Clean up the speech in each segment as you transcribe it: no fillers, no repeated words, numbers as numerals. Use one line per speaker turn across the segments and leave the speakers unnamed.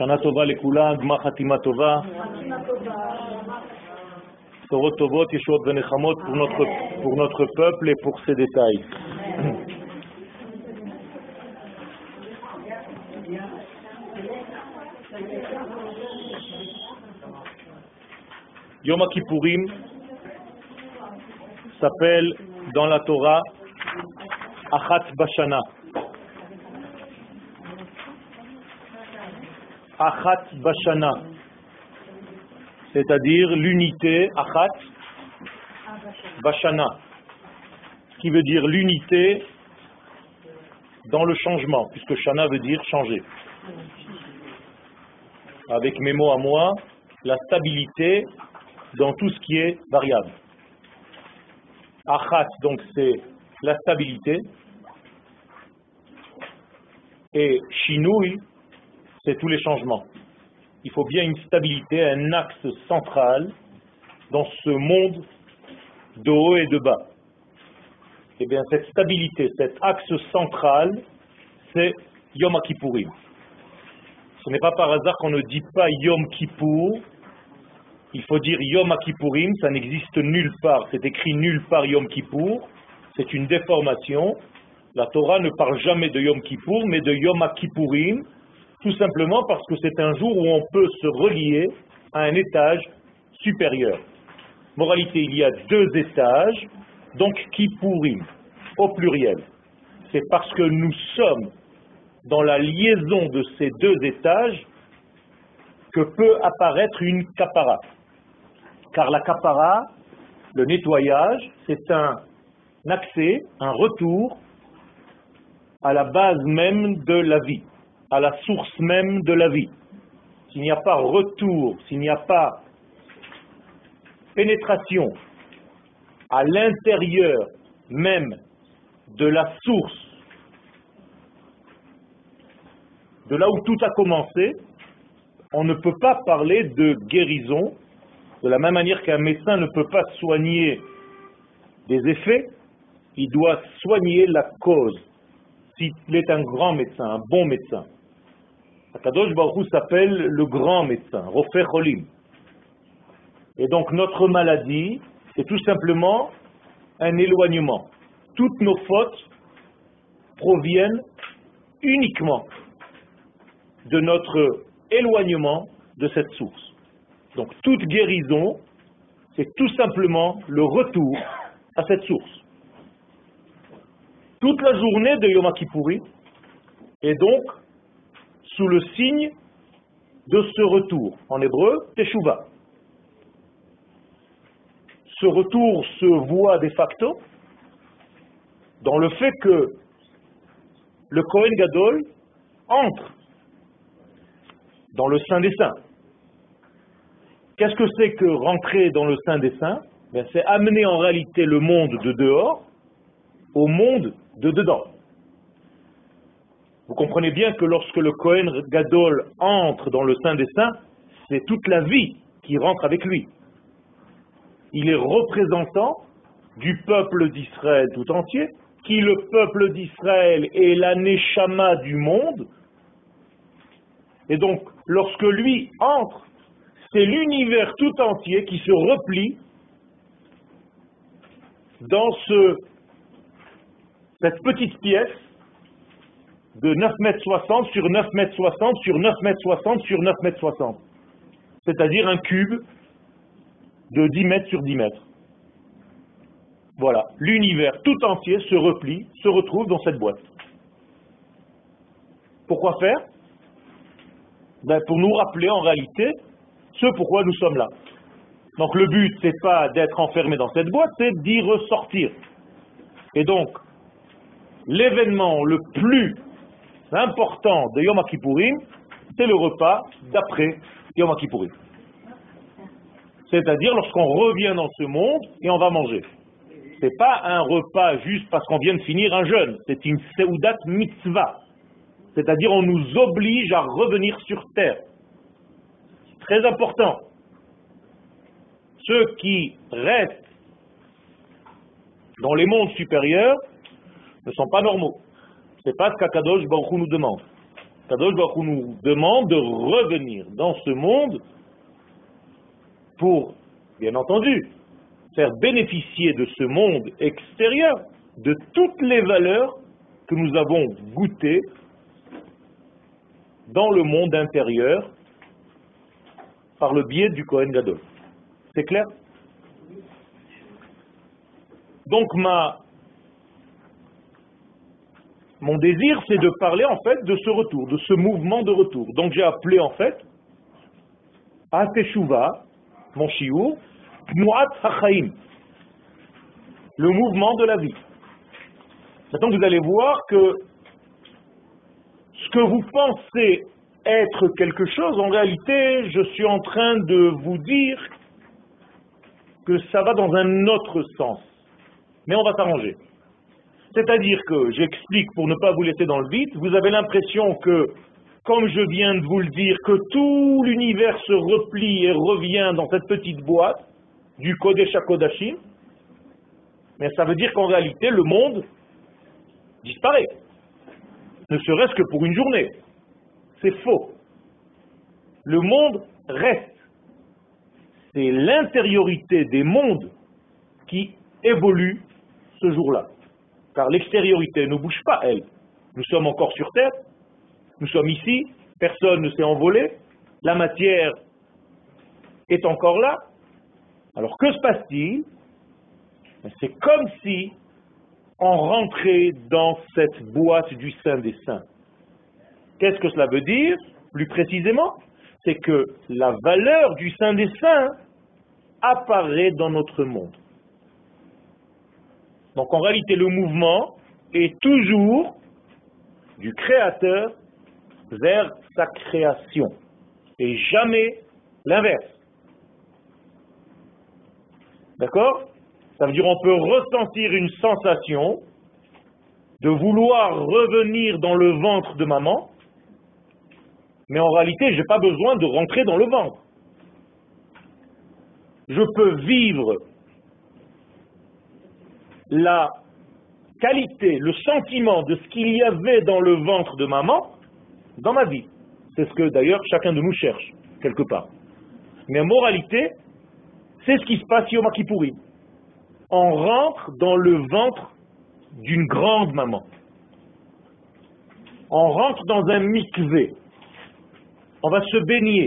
Shana Tova Lekula, Gmar Hatima Tova, Torot Tovot, Yeshuot Venechamot pour notre peuple et pour ses détails. Yom Kippourim s'appelle dans la Torah Achat Bashana. Achat Bashana, c'est-à-dire l'unité, Achat Bashana, qui veut dire l'unité dans le changement, puisque Shana veut dire changer. Avec mes mots à moi, la stabilité dans tout ce qui est variable. Achat, donc c'est la stabilité, et Shinui, c'est tous les changements. Il faut bien une stabilité, un axe central dans ce monde de haut et de bas. Et bien cette stabilité, cet axe central, c'est Yom Kippourim. Ce n'est pas par hasard qu'on ne dit pas Yom Kippour, il faut dire Yom Kippourim, ça n'existe nulle part, c'est écrit nulle part Yom Kippour, c'est une déformation. La Torah ne parle jamais de Yom Kippour, mais de Yom Kippourim, tout simplement parce que c'est un jour où on peut se relier à un étage supérieur. Moralité, il y a deux étages, donc Kippourim, au pluriel. C'est parce que nous sommes dans la liaison de ces deux étages que peut apparaître une kapara. Car la kapara, le nettoyage, c'est un accès, un retour à la base même de la vie, à la source même de la vie. S'il n'y a pas retour, s'il n'y a pas pénétration à l'intérieur même de la source, de là où tout a commencé, on ne peut pas parler de guérison, de la même manière qu'un médecin ne peut pas soigner des effets, il doit soigner la cause. S'il est un grand médecin, un bon médecin. Akadosh Baruch Hu s'appelle le grand médecin, Rofeh Cholim. Et donc notre maladie, c'est tout simplement un éloignement. Toutes nos fautes proviennent uniquement de notre éloignement de cette source. Donc toute guérison, c'est tout simplement le retour à cette source. Toute la journée de Yom Kippourim est donc sous le signe de ce retour. En hébreu, Teshuvah. Ce retour se voit de facto dans le fait que le Kohen Gadol entre dans le Saint des Saints. Qu'est-ce que c'est que rentrer dans le Saint des Saints? C'est amener en réalité le monde de dehors au monde de dedans. Vous comprenez bien que lorsque le Kohen Gadol entre dans le Saint des Saints, c'est toute la vie qui rentre avec lui. Il est représentant du peuple d'Israël tout entier, qui le peuple d'Israël est la Neshama du monde. Et donc, lorsque lui entre, c'est l'univers tout entier qui se replie dans cette petite pièce de 9,60 m sur 9,60 m sur 9,60 m sur 9,60 m. C'est-à-dire un cube de 10 mètres sur 10 mètres. Voilà, l'univers tout entier se replie, se retrouve dans cette boîte. Pourquoi faire? Pour nous rappeler en réalité ce pourquoi nous sommes là. Donc le but, c'est pas d'être enfermé dans cette boîte, c'est d'y ressortir. Et donc, l'événement le plus important de Yom Kippourim, c'est le repas d'après Yom Kippourim. C'est-à-dire lorsqu'on revient dans ce monde et on va manger. Ce n'est pas un repas juste parce qu'on vient de finir un jeûne, c'est une seudat mitzvah. C'est-à-dire on nous oblige à revenir sur terre. C'est très important. Ceux qui restent dans les mondes supérieurs ne sont pas normaux. Ce n'est pas ce qu'Akadosh Baruch Hu nous demande. Kadosh Baruch Hu nous demande de revenir dans ce monde pour, bien entendu, faire bénéficier de ce monde extérieur de toutes les valeurs que nous avons goûtées dans le monde intérieur par le biais du Kohen Gadol. C'est clair? Donc mon désir, c'est de parler en fait de ce retour, de ce mouvement de retour. Donc j'ai appelé en fait à Teshuvah, mon shiur, Tnuat HaChaim, le mouvement de la vie. Maintenant vous allez voir que ce que vous pensez être quelque chose, en réalité, je suis en train de vous dire que ça va dans un autre sens. Mais on va s'arranger. C'est-à-dire que, j'explique pour ne pas vous laisser dans le vide, vous avez l'impression que, comme je viens de vous le dire, que tout l'univers se replie et revient dans cette petite boîte du Kodesh HaKodashim, mais ça veut dire qu'en réalité, le monde disparaît. Ne serait-ce que pour une journée. C'est faux. Le monde reste. C'est l'intériorité des mondes qui évolue ce jour-là. Car l'extériorité ne bouge pas, elle. Nous sommes encore sur Terre, nous sommes ici, personne ne s'est envolé, la matière est encore là. Alors que se passe-t-il? C'est comme si on rentrait dans cette boîte du Saint des Saints. Qu'est-ce que cela veut dire? Plus précisément, c'est que la valeur du Saint des Saints apparaît dans notre monde. Donc en réalité, le mouvement est toujours du Créateur vers sa création, et jamais l'inverse. D'accord? Ça veut dire qu'on peut ressentir une sensation de vouloir revenir dans le ventre de maman, mais en réalité, je n'ai pas besoin de rentrer dans le ventre. Je peux vivre la qualité, le sentiment de ce qu'il y avait dans le ventre de maman dans ma vie. C'est ce que d'ailleurs chacun de nous cherche, quelque part. Mais en moralité, c'est ce qui se passe Yom Kippourim. On rentre dans le ventre d'une grande maman. On rentre dans un mikvé. On va se baigner.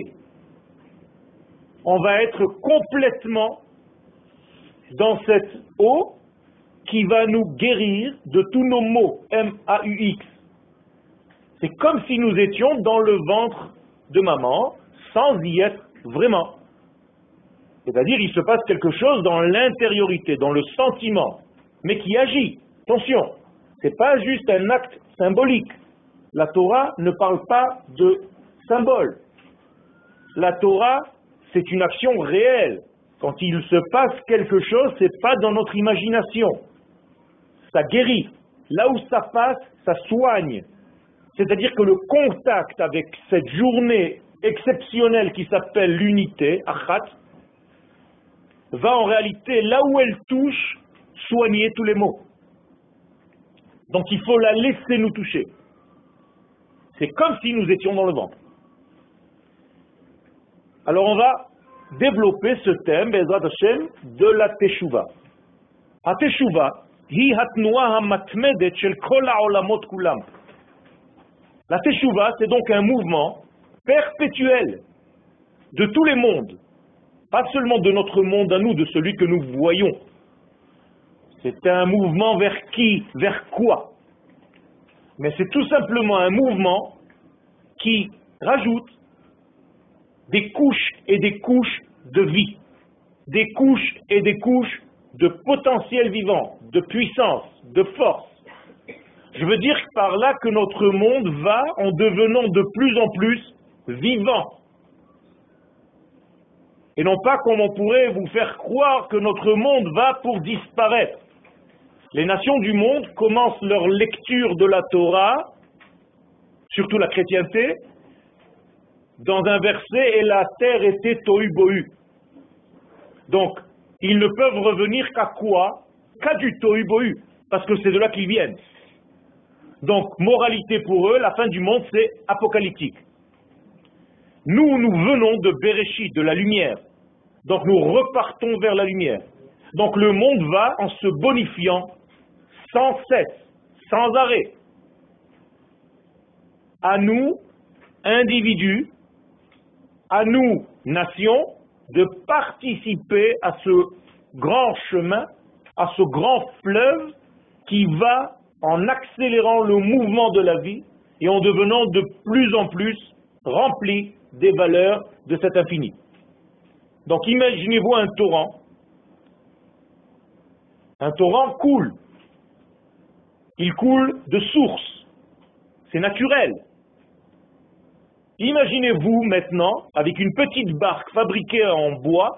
On va être complètement dans cette eau qui va nous guérir de tous nos maux, M-A-U-X. C'est comme si nous étions dans le ventre de maman, sans y être vraiment. C'est-à-dire, il se passe quelque chose dans l'intériorité, dans le sentiment, mais qui agit. Attention, ce n'est pas juste un acte symbolique. La Torah ne parle pas de symbole. La Torah, c'est une action réelle. Quand il se passe quelque chose, ce n'est pas dans notre imagination. Ça guérit. Là où ça passe, ça soigne. C'est-à-dire que le contact avec cette journée exceptionnelle qui s'appelle l'unité, Achat, va en réalité, là où elle touche, soigner tous les maux. Donc il faut la laisser nous toucher. C'est comme si nous étions dans le ventre. Alors on va développer ce thème, Be'ezrat Hashem, de la Teshuvah. La Teshuvah, hi hatnoua hamatmedet shel kol ha'olamot kulam. La Teshuvah, c'est donc un mouvement perpétuel de tous les mondes. Pas seulement de notre monde à nous, de celui que nous voyons. C'est un mouvement vers qui? Vers quoi? Mais c'est tout simplement un mouvement qui rajoute des couches et des couches de vie, des couches et des couches de potentiel vivant, de puissance, de force. Je veux dire par là que notre monde va en devenant de plus en plus vivant. Et non pas comme on pourrait vous faire croire que notre monde va pour disparaître. Les nations du monde commencent leur lecture de la Torah, surtout la chrétienté, dans un verset « Et la terre était tohu bohu ». Donc, ils ne peuvent revenir qu'à quoi? Qu'à du tohu bohu, parce que c'est de là qu'ils viennent. Donc, moralité pour eux, la fin du monde, c'est apocalyptique. Nous, nous venons de Bereshit, de la lumière. Donc, nous repartons vers la lumière. Donc, le monde va en se bonifiant sans cesse, sans arrêt. À nous, individus, à nous, nations, de participer à ce grand chemin, à ce grand fleuve qui va en accélérant le mouvement de la vie et en devenant de plus en plus rempli des valeurs de cet infini. Donc imaginez-vous un torrent. Un torrent coule. Il coule de source. C'est naturel. Imaginez-vous maintenant, avec une petite barque fabriquée en bois,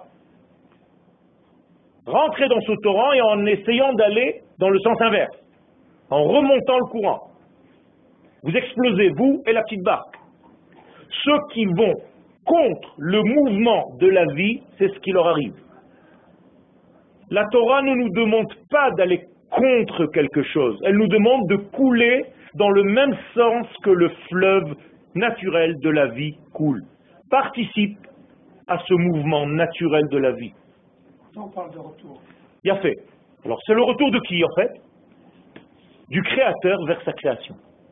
rentrer dans ce torrent et en essayant d'aller dans le sens inverse, en remontant le courant. Vous explosez, vous et la petite barque. Ceux qui vont contre le mouvement de la vie, c'est ce qui leur arrive. La Torah ne nous demande pas d'aller contre quelque chose, elle nous demande de couler dans le même sens que le fleuve naturel de la vie coule. Participe à ce mouvement naturel de la vie.
On parle de retour.
Il y a fait. Alors c'est le retour de qui en fait? Du Créateur vers sa création.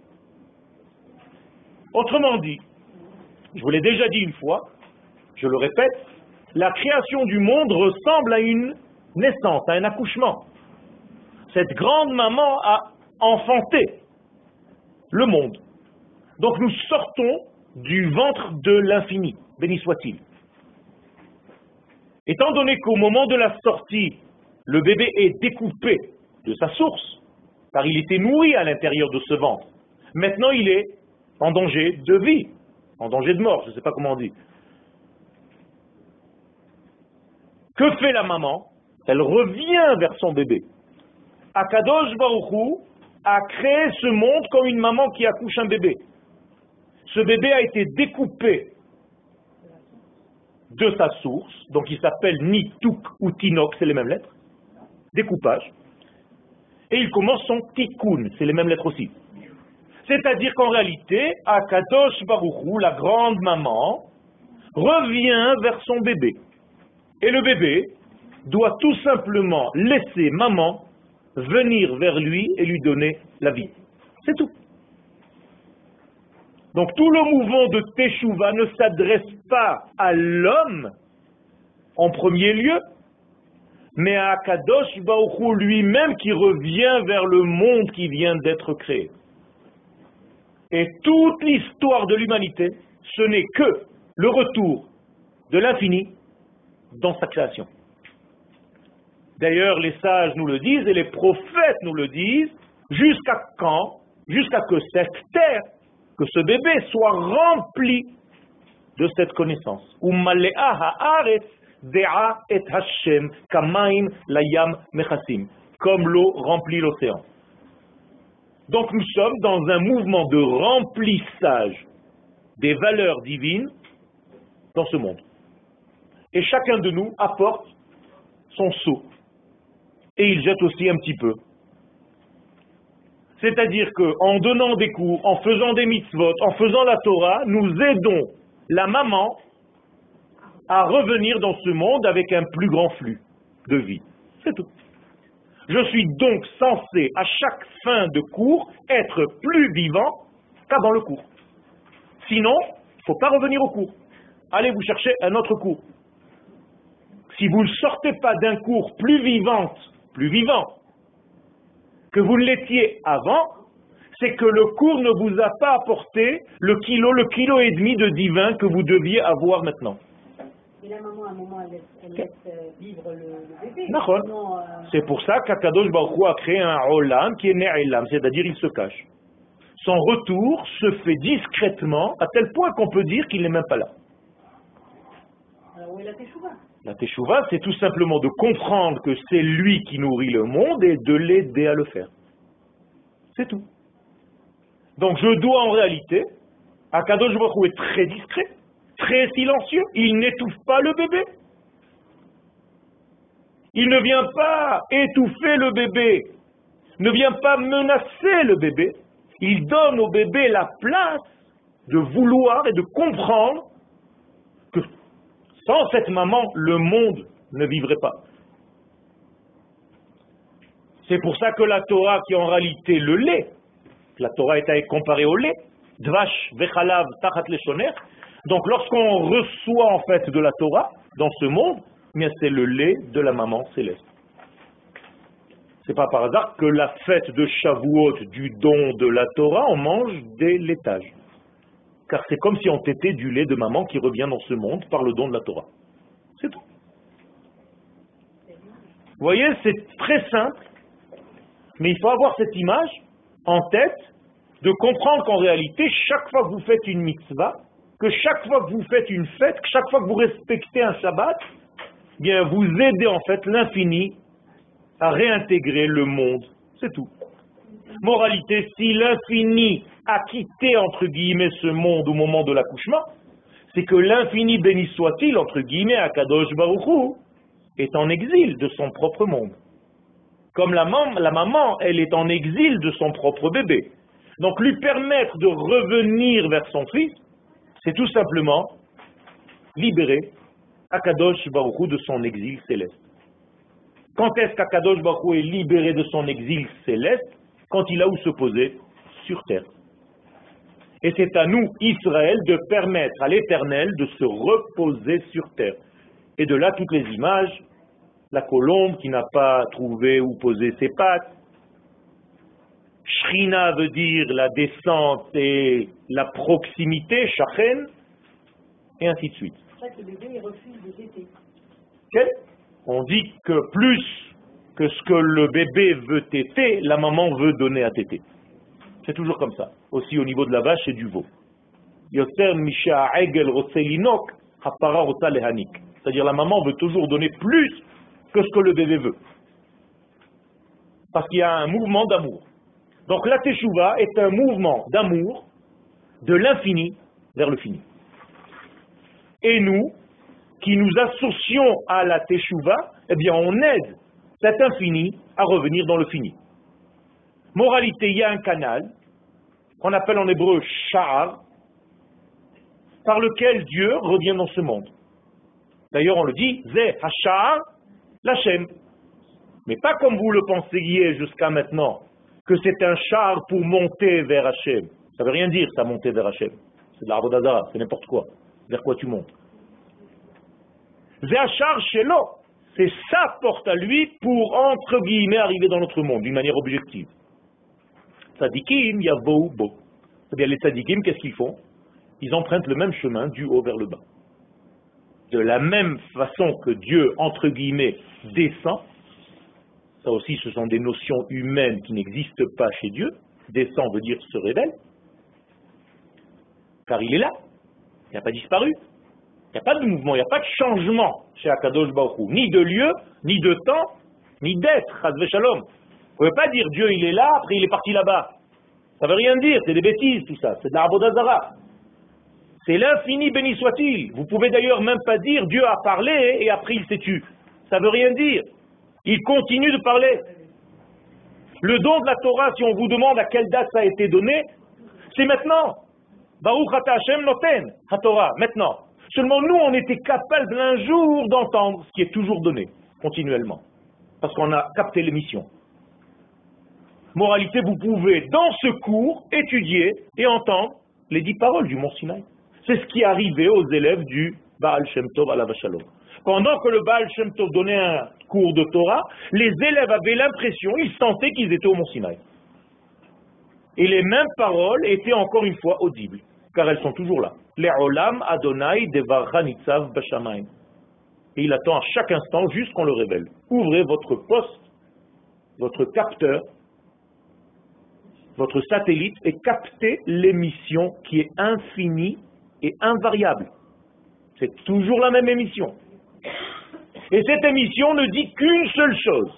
Autrement dit, je vous l'ai déjà dit une fois, je le répète, la création du monde ressemble à une naissance, à un accouchement. Cette grande maman a enfanté le monde. Donc nous sortons du ventre de l'infini, béni soit-il. Étant donné qu'au moment de la sortie, le bébé est découpé de sa source, car il était nourri à l'intérieur de ce ventre, maintenant il est en danger de vie, en danger de mort, je ne sais pas comment on dit. Que fait la maman? Elle revient vers son bébé. Akadosh Baruch Hu a créé ce monde comme une maman qui accouche un bébé. Ce bébé a été découpé de sa source, donc il s'appelle Nituk ou Tinok, c'est les mêmes lettres, découpage, et il commence son Tikkun, c'est les mêmes lettres aussi. C'est-à-dire qu'en réalité, Akadosh Baruch Hu, la grande maman, revient vers son bébé. Et le bébé doit tout simplement laisser maman venir vers lui et lui donner la vie. C'est tout. Donc tout le mouvement de Teshuvah ne s'adresse pas à l'homme en premier lieu, mais à Akadosh Baruch Hu lui-même qui revient vers le monde qui vient d'être créé. Et toute l'histoire de l'humanité, ce n'est que le retour de l'infini dans sa création. D'ailleurs, les sages nous le disent et les prophètes nous le disent, jusqu'à quand? Jusqu'à que cette terre, que ce bébé soit rempli de cette connaissance. Comme l'eau remplit l'océan. Donc nous sommes dans un mouvement de remplissage des valeurs divines dans ce monde. Et chacun de nous apporte son seau. Et il jette aussi un petit peu. C'est-à-dire qu'en donnant des cours, en faisant des mitzvot, en faisant la Torah, nous aidons la maman à revenir dans ce monde avec un plus grand flux de vie. C'est tout. Je suis donc censé, à chaque fin de cours, être plus vivant qu'avant le cours. Sinon, il ne faut pas revenir au cours. Allez vous chercher un autre cours. Si vous ne sortez pas d'un cours plus vivant, que vous ne l'étiez avant, c'est que le cours ne vous a pas apporté le kilo et demi de divin que vous deviez avoir maintenant.
Et la maman, à un moment, elle laisse vivre le bébé.
C'est pour ça qu'Akadosh Baruch Hu a créé un olam qui est ne'elam, c'est-à-dire il se cache. Son retour se fait discrètement, à tel point qu'on peut dire qu'il n'est même pas là.
Alors où est la Teshuvah?
La Teshuvah, c'est tout simplement de comprendre que c'est lui qui nourrit le monde et de l'aider à le faire. C'est tout. Donc je dois en réalité, Akadosh Baruch Hu est très discret, très silencieux, il n'étouffe pas le bébé. Il ne vient pas étouffer le bébé, ne vient pas menacer le bébé, Il donne au bébé la place de vouloir et de comprendre que sans cette maman, le monde ne vivrait pas. C'est pour ça que la Torah, qui est en réalité le lait, la Torah est comparée au lait, dvash vechalav tachat leshoner. Donc lorsqu'on reçoit en fait de la Torah dans ce monde, eh bien c'est le lait de la maman céleste. C'est pas par hasard que la fête de Shavuot du don de la Torah, on mange des laitages. Car c'est comme si on tétait du lait de maman qui revient dans ce monde par le don de la Torah. C'est tout. Vous voyez, c'est très simple, mais il faut avoir cette image en tête de comprendre qu'en réalité, chaque fois que vous faites une mitzvah, que chaque fois que vous faites une fête, que chaque fois que vous respectez un Shabbat, eh bien vous aidez en fait l'infini à réintégrer le monde. C'est tout. Moralité, si l'infini a quitté, entre guillemets, ce monde au moment de l'accouchement, c'est que l'infini, béni soit-il, entre guillemets, Akadosh Baruch Hu, est en exil de son propre monde. Comme la maman, elle est en exil de son propre bébé. Donc lui permettre de revenir vers son fils, c'est tout simplement libérer Akadosh Baruch Hu de son exil céleste. Quand est-ce qu'Akadosh Baruch Hu est libéré de son exil céleste? Quand il a où se poser? Sur terre. Et c'est à nous, Israël, de permettre à l'Éternel de se reposer sur terre. Et de là, toutes les images, la colombe qui n'a pas trouvé où poser ses pattes, Shrina veut dire la descente et la proximité, Shachen, et ainsi de suite.
C'est ça que le bébé il refuse de téter.
Okay? On dit que plus que ce que le bébé veut téter, la maman veut donner à téter. C'est toujours comme ça. Aussi au niveau de la vache et du veau. C'est-à-dire la maman veut toujours donner plus que ce que le bébé veut. Parce qu'il y a un mouvement d'amour. Donc la teshuva est un mouvement d'amour de l'infini vers le fini. Et nous, qui nous associons à la teshuva, eh bien on aide cet infini à revenir dans le fini. Moralité, il y a un canal qu'on appelle en hébreu sha'ar, par lequel Dieu revient dans ce monde. D'ailleurs, on le dit, Zeh hasha'ar l'Hashem. Mais pas comme vous le pensiez jusqu'à maintenant, que c'est un char pour monter vers Hachem. Ça ne veut rien dire, ça, monter vers Hachem. C'est de l'arbre d'Azara, c'est n'importe quoi. Vers quoi tu montes? Zeh hasha'ar shelo. C'est sa porte à lui pour, entre guillemets, arriver dans notre monde, d'une manière objective. Tzadikim, yavou bo. C'est-à-dire les tzadikim, qu'est-ce qu'ils font? Ils empruntent le même chemin du haut vers le bas. De la même façon que Dieu, entre guillemets, descend, ça aussi ce sont des notions humaines qui n'existent pas chez Dieu, descend veut dire se révèle, car il est là, il n'a pas disparu, il n'y a pas de mouvement, il n'y a pas de changement chez Akadosh Baruch Hu, ni de lieu, ni de temps, ni d'être, Chas Shalom. Vous ne pouvez pas dire Dieu il est là, après il est parti là-bas. Ça ne veut rien dire, c'est des bêtises tout ça, c'est de l'Arbod Hazara. C'est l'infini béni soit-il. Vous pouvez d'ailleurs même pas dire Dieu a parlé et après il s'est tu. Ça ne veut rien dire. Il continue de parler. Le don de la Torah, si on vous demande à quelle date ça a été donné, c'est maintenant. Baruch ata Hashem noten, ha Torah, maintenant. Seulement nous, on était capable un jour d'entendre ce qui est toujours donné, continuellement. Parce qu'on a capté l'émission. Moralité, vous pouvez, dans ce cours, étudier et entendre les 10 paroles du Mont Sinaï. C'est ce qui est arrivé aux élèves du Baal Shem Tov alav Shalom. Pendant que le Baal Shem Tov donnait un cours de Torah, les élèves avaient l'impression, ils sentaient qu'ils étaient au Mont Sinaï. Et les mêmes paroles étaient encore une fois audibles, car elles sont toujours là. Le'olam Adonai devarcha nitzav b'shamayim. Et il attend à chaque instant juste qu'on le révèle. Ouvrez votre poste, votre capteur, votre satellite et captez l'émission qui est infinie et invariable. C'est toujours la même émission. Et cette émission ne dit qu'une seule chose.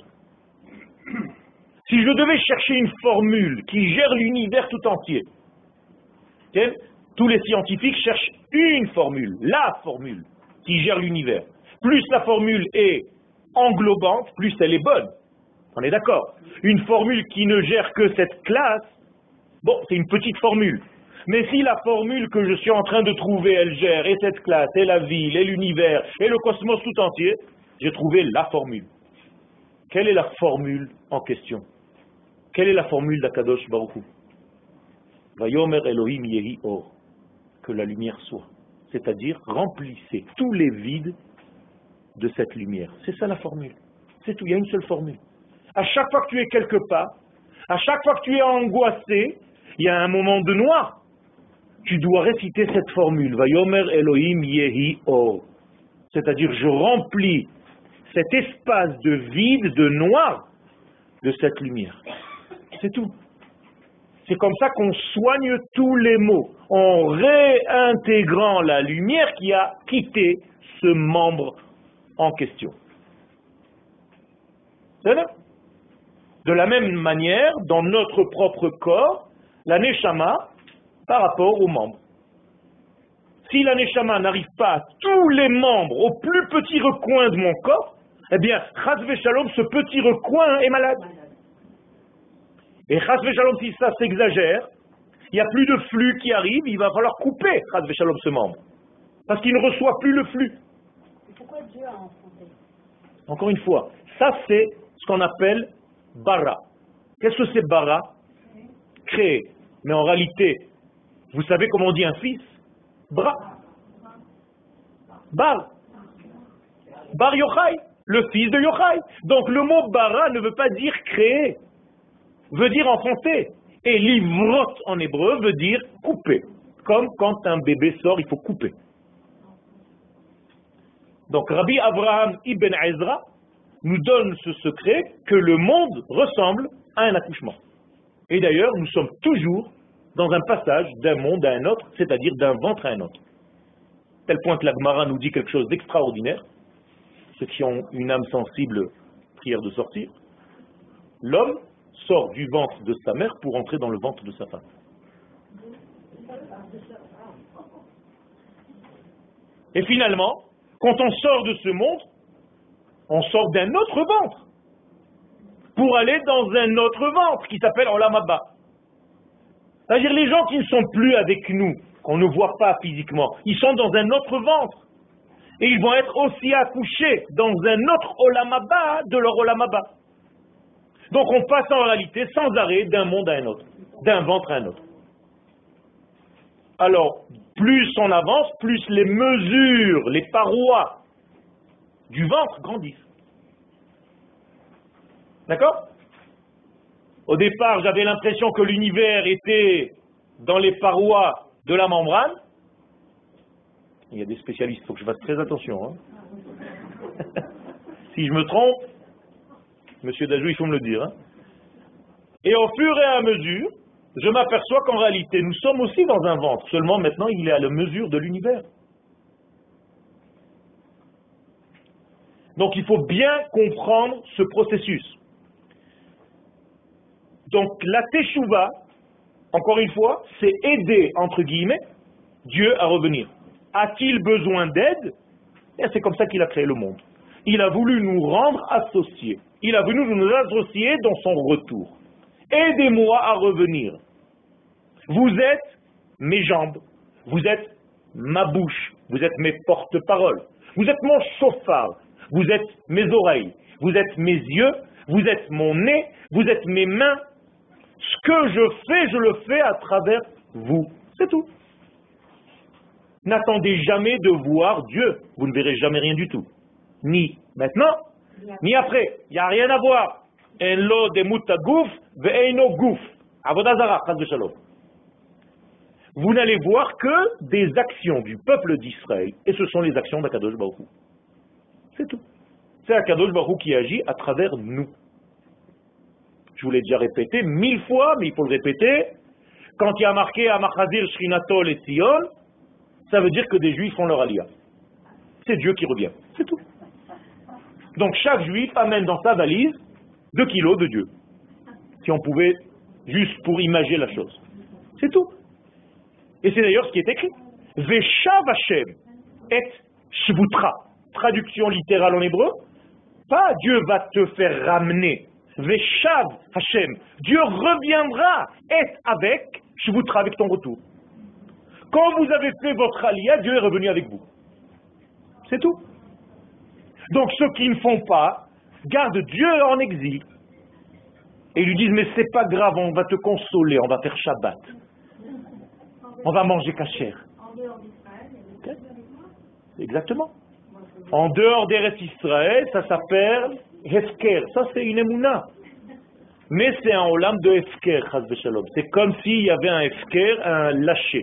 Si je devais chercher une formule qui gère l'univers tout entier, tous les scientifiques cherchent une formule, la formule qui gère l'univers. Plus la formule est englobante, plus elle est bonne. On est d'accord. Une formule qui ne gère que cette classe, Bon, c'est une petite formule. Mais si la formule que je suis en train de trouver, elle gère et cette classe, et la ville, et l'univers, et le cosmos tout entier, j'ai trouvé la formule. Quelle est la formule en question? Quelle est la formule d'Akadosh Baruch Hu? Vayomer Elohim Yehi Or, que la lumière soit. C'est-à-dire, remplissez tous les vides de cette lumière. C'est ça la formule. C'est tout, il y a une seule formule. À chaque fois que tu es quelque part, à chaque fois que tu es angoissé, il y a un moment de noir. Tu dois réciter cette formule. Vayomer Elohim Yehi Or. C'est-à-dire, je remplis cet espace de vide, de noir, de cette lumière. C'est tout. C'est comme ça qu'on soigne tous les maux, en réintégrant la lumière qui a quitté ce membre en question. C'est là. De la même manière, dans notre propre corps, la neshama par rapport aux membres. Si la neshama n'arrive pas à tous les membres, au plus petit recoin de mon corps, eh bien, chas v'shalom, ce petit recoin est malade. Et chas v'shalom, si ça s'exagère, il n'y a plus de flux qui arrive, il va falloir couper chas v'shalom ce membre. Parce qu'il ne reçoit plus le flux.
Et pourquoi Dieu a enfanté?
Encore une fois, ça c'est ce qu'on appelle bara. Qu'est-ce que c'est bara? Créer. Mais en réalité, vous savez comment on dit un fils? Bra. Bar. Bar Yochai, le fils de Yochai. Donc le mot bara ne veut pas dire créer, veut dire enfanter. Et livrot en hébreu veut dire couper. Comme quand un bébé sort, il faut couper. Donc Rabbi Abraham Ibn Ezra nous donne ce secret que le monde ressemble à un accouchement. Et d'ailleurs, nous sommes toujours dans un passage d'un monde à un autre, c'est-à-dire d'un ventre à un autre. Tel point que la Gemara nous dit quelque chose d'extraordinaire, ceux qui ont une âme sensible, prière de sortir, l'homme sort du ventre de sa mère pour entrer dans le ventre de sa femme. Et finalement, quand on sort de ce monde, on sort d'un autre ventre pour aller dans un autre ventre qui s'appelle Olam Haba. C'est-à-dire les gens qui ne sont plus avec nous, qu'on ne voit pas physiquement, ils sont dans un autre ventre. Et ils vont être aussi accouchés dans un autre Olam Haba de leur Olam Haba. Donc on passe en réalité sans arrêt d'un monde à un autre, d'un ventre à un autre. Alors, plus on avance, plus les mesures, les parois du ventre grandissent. D'accord? Au départ, j'avais l'impression que l'univers était dans les parois de la membrane. Il y a des spécialistes, il faut que je fasse très attention. Hein. Si je me trompe, Monsieur Dajou, il faut me le dire. Hein. Et au fur et à mesure, je m'aperçois qu'en réalité, nous sommes aussi dans un ventre. Seulement maintenant, il est à la mesure de l'univers. Donc il faut bien comprendre ce processus. Donc la teshuva, encore une fois, c'est aider, entre guillemets, Dieu à revenir. A-t-il besoin d'aide? C'est comme ça qu'il a créé le monde. Il a voulu nous rendre associés. Il a voulu nous associer dans son retour. Aidez-moi à revenir. Vous êtes mes jambes, vous êtes ma bouche, vous êtes mes porte-paroles, vous êtes mon chauffard, vous êtes mes oreilles, vous êtes mes yeux, vous êtes mon nez, vous êtes mes mains. Ce que je le fais à travers vous. C'est tout. N'attendez jamais de voir Dieu. Vous ne verrez jamais rien du tout. Ni maintenant, ni après. Il n'y a rien à voir. En lo demut gouf ve'eino gouf. Avodah zara, chas v'shalom. Vous n'allez voir que des actions du peuple d'Israël. Et ce sont les actions d'Akadosh Baruch Hu. C'est tout. C'est Akadosh Baruch Hu qui agit à travers nous. Je vous l'ai déjà répété 1000 fois, mais il faut le répéter. Quand il y a marqué Amachazir Shrinatol et Sion, ça veut dire que des Juifs font leur alia. C'est Dieu qui revient. C'est tout. Donc chaque Juif amène dans sa valise 2 kilos de Dieu. Si on pouvait, juste pour imager la chose. C'est tout. Et c'est d'ailleurs ce qui est écrit. Veshav Hashem et Shvutra. Traduction littérale en hébreu. Pas Dieu va te faire ramener. Veshav Hashem. Dieu reviendra être avec Shvutra, avec ton retour. Quand vous avez fait votre aliyah, Dieu est revenu avec vous. C'est tout. Donc ceux qui ne font pas gardent Dieu en exil. Et lui disent, mais c'est pas grave, on va te consoler, on va faire Shabbat. On va manger kasher.
En dehors d'Israël, il y a des choses avec moi.
Exactement. En dehors d'Eretz Israël, ça s'appelle Hefker. Ça, c'est une émouna. Mais c'est un olam de Hefker, chas v'shalom. C'est comme s'il y avait un Hefker, un lâché.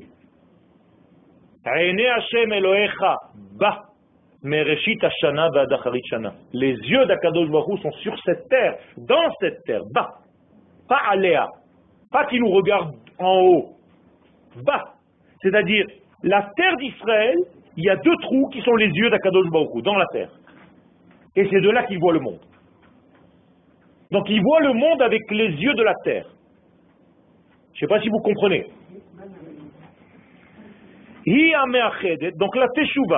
Aïne Hashem Elohecha, ba, mereshit hashana v'adacharit shana. Les yeux d'Akadosh Baruch Hu sont sur cette terre, dans cette terre, ba. Pas aléa. Pas qui nous regarde en haut. Ba. C'est-à-dire, la terre d'Israël, il y a deux trous qui sont les yeux d'Akadosh Baruch Hu, dans la terre. Et c'est de là qu'il voit le monde. Donc il voit le monde avec les yeux de la terre. Je ne sais pas si vous comprenez. Donc la teshuva,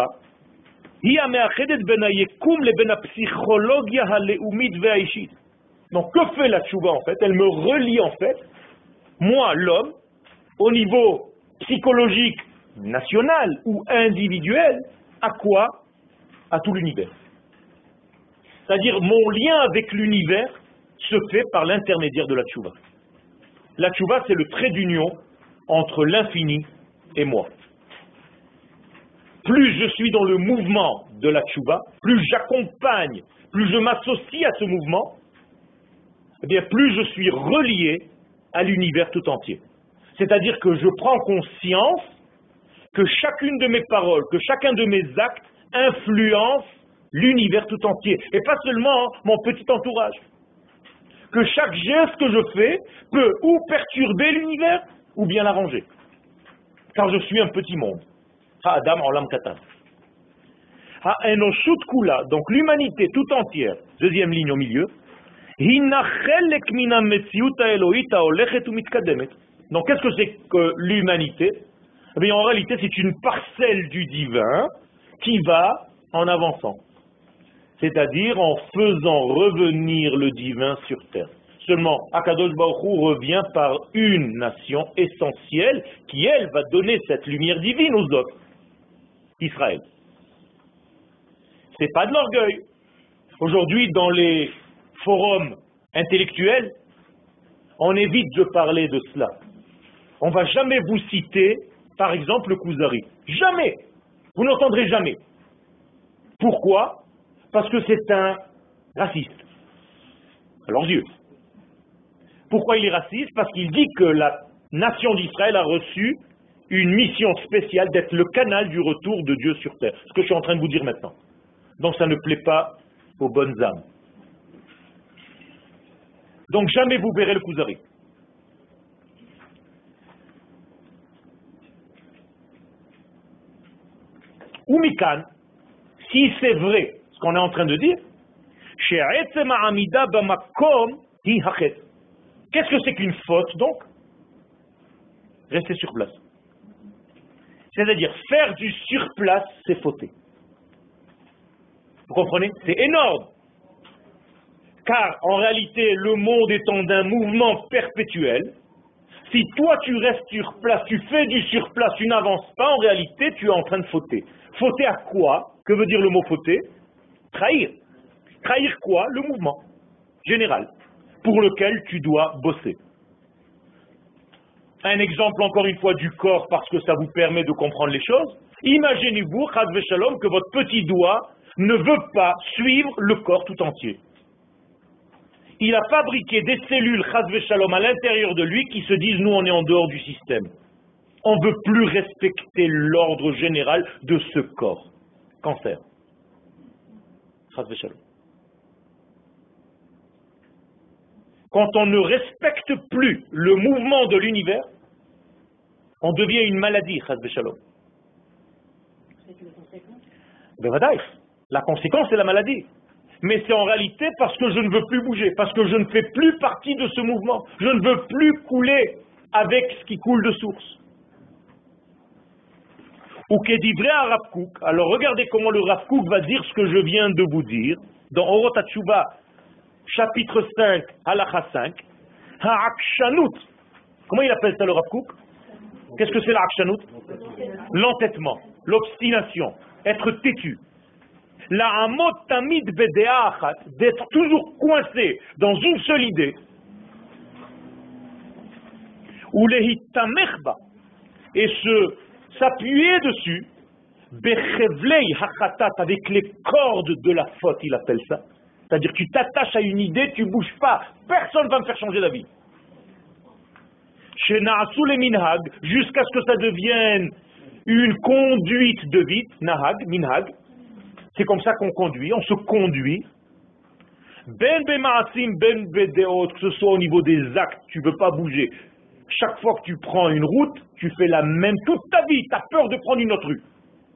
donc que fait la teshuva en fait? Elle me relie en fait, moi l'homme, au niveau psychologique national ou individuel, à quoi? À tout l'univers. C'est-à-dire mon lien avec l'univers se fait par l'intermédiaire de la teshuva. La teshuva, c'est le trait d'union entre l'infini et moi. Plus je suis dans le mouvement de la teshuva, plus j'accompagne, plus je m'associe à ce mouvement, eh bien plus je suis relié à l'univers tout entier. C'est-à-dire que je prends conscience que chacune de mes paroles, que chacun de mes actes influence l'univers tout entier, et pas seulement mon petit entourage. Que chaque geste que je fais peut ou perturber l'univers, ou bien l'arranger. Car je suis un petit monde. Ha-Adam Olam Katan. Ha-Enoshut Kula, donc l'humanité tout entière, deuxième ligne au milieu, donc qu'est-ce que c'est que l'humanité? Eh bien, en réalité, c'est une parcelle du divin qui va en avançant. C'est-à-dire en faisant revenir le divin sur terre. Seulement, Akadosh Baruch Hu revient par une nation essentielle qui, elle, va donner cette lumière divine aux autres. Israël. C'est pas de l'orgueil. Aujourd'hui, dans les forums intellectuels, on évite de parler de cela. On ne va jamais vous citer, par exemple, le Kuzari. Jamais. Vous n'entendrez jamais. Pourquoi? Parce que c'est un raciste. À leurs yeux. Pourquoi il est raciste? Parce qu'il dit que la nation d'Israël a reçu une mission spéciale d'être le canal du retour de Dieu sur terre. Ce que je suis en train de vous dire maintenant. Donc ça ne plaît pas aux bonnes âmes. Donc jamais vous verrez le Kuzari. Ou Mikan, si c'est vrai ce qu'on est en train de dire, qu'est-ce que c'est qu'une faute donc? Rester sur place. C'est-à-dire faire du surplace, c'est fauter. Vous comprenez? C'est énorme. Car en réalité, le monde étant d'un mouvement perpétuel, si toi tu restes sur place, tu fais du surplace, tu n'avances pas, en réalité tu es en train de fauter. Fauter à quoi? Que veut dire le mot fauter? Trahir. Trahir quoi? Le mouvement général pour lequel tu dois bosser. Un exemple encore une fois du corps parce que ça vous permet de comprendre les choses. Imaginez-vous, chas v'shalom, que votre petit doigt ne veut pas suivre le corps tout entier. Il a fabriqué des cellules chas v'shalom à l'intérieur de lui qui se disent nous on est en dehors du système. On ne veut plus respecter l'ordre général de ce corps. Cancer. Chas v'shalom. Quand on ne respecte plus le mouvement de l'univers, on devient une maladie, chas v'shalom.
C'est une conséquence.
Bevadaï. La conséquence, c'est la maladie. Mais c'est en réalité parce que je ne veux plus bouger, parce que je ne fais plus partie de ce mouvement. Je ne veux plus couler avec ce qui coule de source. Ou qu'est-divré à Rav Kook. Alors regardez comment le Rav Kook va dire ce que je viens de vous dire. Dans Orot HaTshuva, chapitre 5, halakha 5, ha'akshanut. Comment il appelle ça le Rav Kook? Qu'est-ce que c'est l'Akshanut? L'entêtement, l'obstination, être têtu. La amot tamid bedea achat, d'être toujours coincé dans une seule idée. Ou lehitamechba, et s'appuyer dessus, bechevlei hachatat, avec les cordes de la faute, il appelle ça. C'est-à-dire que tu t'attaches à une idée, tu bouges pas, personne ne va me faire changer d'avis. Chez Na'asu le minhag, jusqu'à ce que ça devienne une conduite de vie, nahag, minhag, c'est comme ça qu'on conduit, on se conduit. Ben bema'asim, ben bedeot, que ce soit au niveau des actes, tu ne veux pas bouger. Chaque fois que tu prends une route, tu fais la même toute ta vie, tu as peur de prendre une autre rue.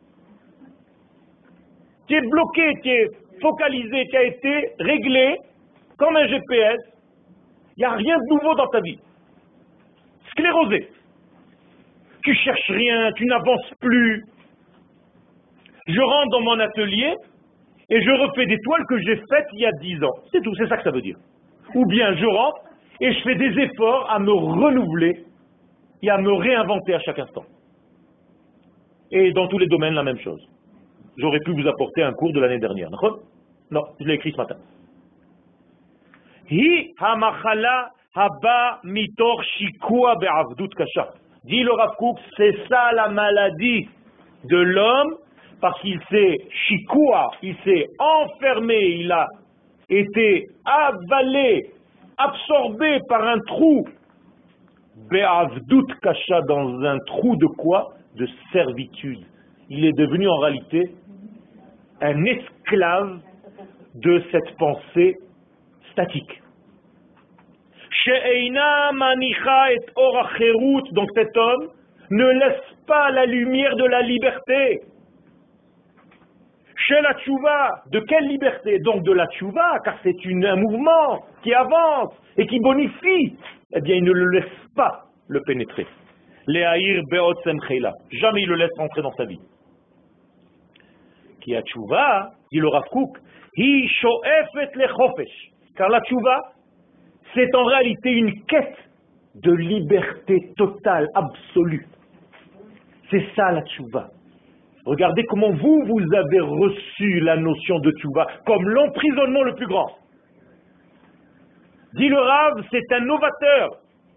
Tu es bloqué, tu es focalisé, tu as été réglé comme un GPS. Il n'y a rien de nouveau dans ta vie. Sclérosé. Tu cherches rien, tu n'avances plus. Je rentre dans mon atelier et je refais des toiles que j'ai faites il y a 10 ans. C'est tout, c'est ça que ça veut dire. Ou bien je rentre et je fais des efforts à me renouveler et à me réinventer à chaque instant. Et dans tous les domaines, la même chose. J'aurais pu vous apporter un cours de l'année dernière. Non, je l'ai écrit ce matin. Hi hamachala haba mitor shikua be'avdut kasha. Dit le Rav Kook, c'est ça la maladie de l'homme, parce qu'il s'est shikua, il s'est enfermé, il a été avalé, absorbé par un trou, be'avdut kasha, dans un trou de quoi? De servitude. Il est devenu en réalité un esclave de cette pensée statique. Donc cet homme ne laisse pas la lumière de la liberté. Chez la tchouva, de quelle liberté? Donc de la tchouva, car c'est un mouvement qui avance et qui bonifie. Eh bien, il ne le laisse pas le pénétrer. Jamais il le laisse rentrer dans sa vie. Qui a tchouva, dit le Rav Kook, hi sho'efet lechofesh. Car la tchouva, c'est en réalité une quête de liberté totale, absolue. C'est ça la tchouva. Regardez comment vous avez reçu la notion de tchouva comme l'emprisonnement le plus grand. Dit le Rav, c'est un novateur.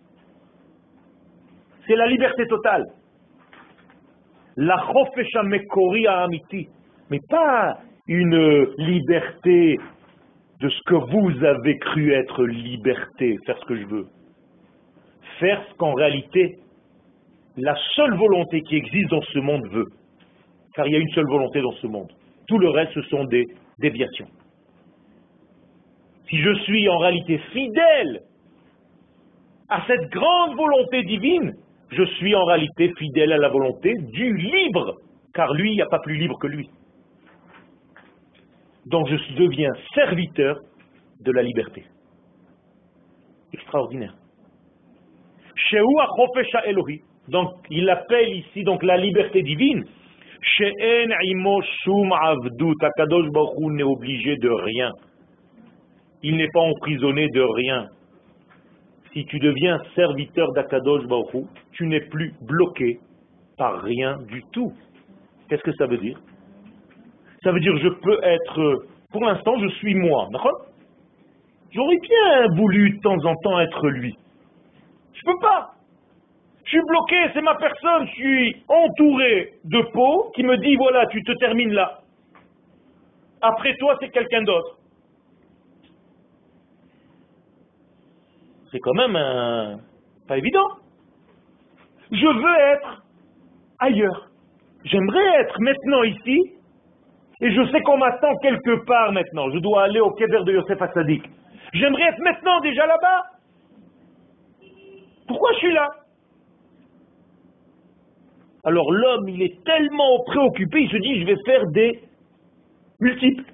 C'est la liberté totale. La chofesh hamekori ha'amiti. Mais pas une liberté de ce que vous avez cru être liberté, faire ce que je veux. Faire ce qu'en réalité, la seule volonté qui existe dans ce monde veut. Car il y a une seule volonté dans ce monde. Tout le reste, ce sont des déviations. Si je suis en réalité fidèle à cette grande volonté divine, je suis en réalité fidèle à la volonté du libre. Car lui, il n'y a pas plus libre que lui. Donc je deviens serviteur de la liberté. Extraordinaire. Shehu hachofesh ha'elohi. Donc il appelle ici donc la liberté divine. She'en imo shum avdut. Akadosh Baruch Hu n'est obligé de rien. Il n'est pas emprisonné de rien. Si tu deviens serviteur d'Akadosh Baruch Hu, tu n'es plus bloqué par rien du tout. Qu'est-ce que ça veut dire? Ça veut dire que je peux être, pour l'instant, je suis moi. D'accord? J'aurais bien voulu de temps en temps être lui. Je peux pas. Je suis bloqué, c'est ma personne. Je suis entouré de peau qui me dit, voilà, tu te termines là. Après toi, c'est quelqu'un d'autre. C'est quand même pas évident. Je veux être ailleurs. J'aimerais être maintenant ici. Et je sais qu'on m'attend quelque part maintenant. Je dois aller au Kever de Yosef Hatzadik. J'aimerais être maintenant déjà là-bas. Pourquoi je suis là? Alors l'homme, il est tellement préoccupé, il se dit, je vais faire des multiples.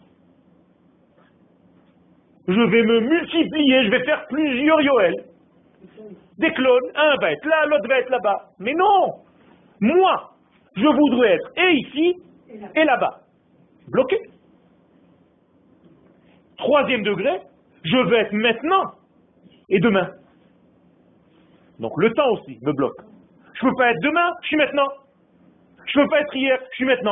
Je vais me multiplier, je vais faire plusieurs Yoel. Des clones, un va être là, l'autre va être là-bas. Mais non! Moi, je voudrais être et ici et là-bas. Bloqué. Troisième degré, Je veux être maintenant et demain. Donc le temps aussi me bloque. Je ne peux pas être demain, je suis maintenant. Je ne peux pas être hier, je suis maintenant.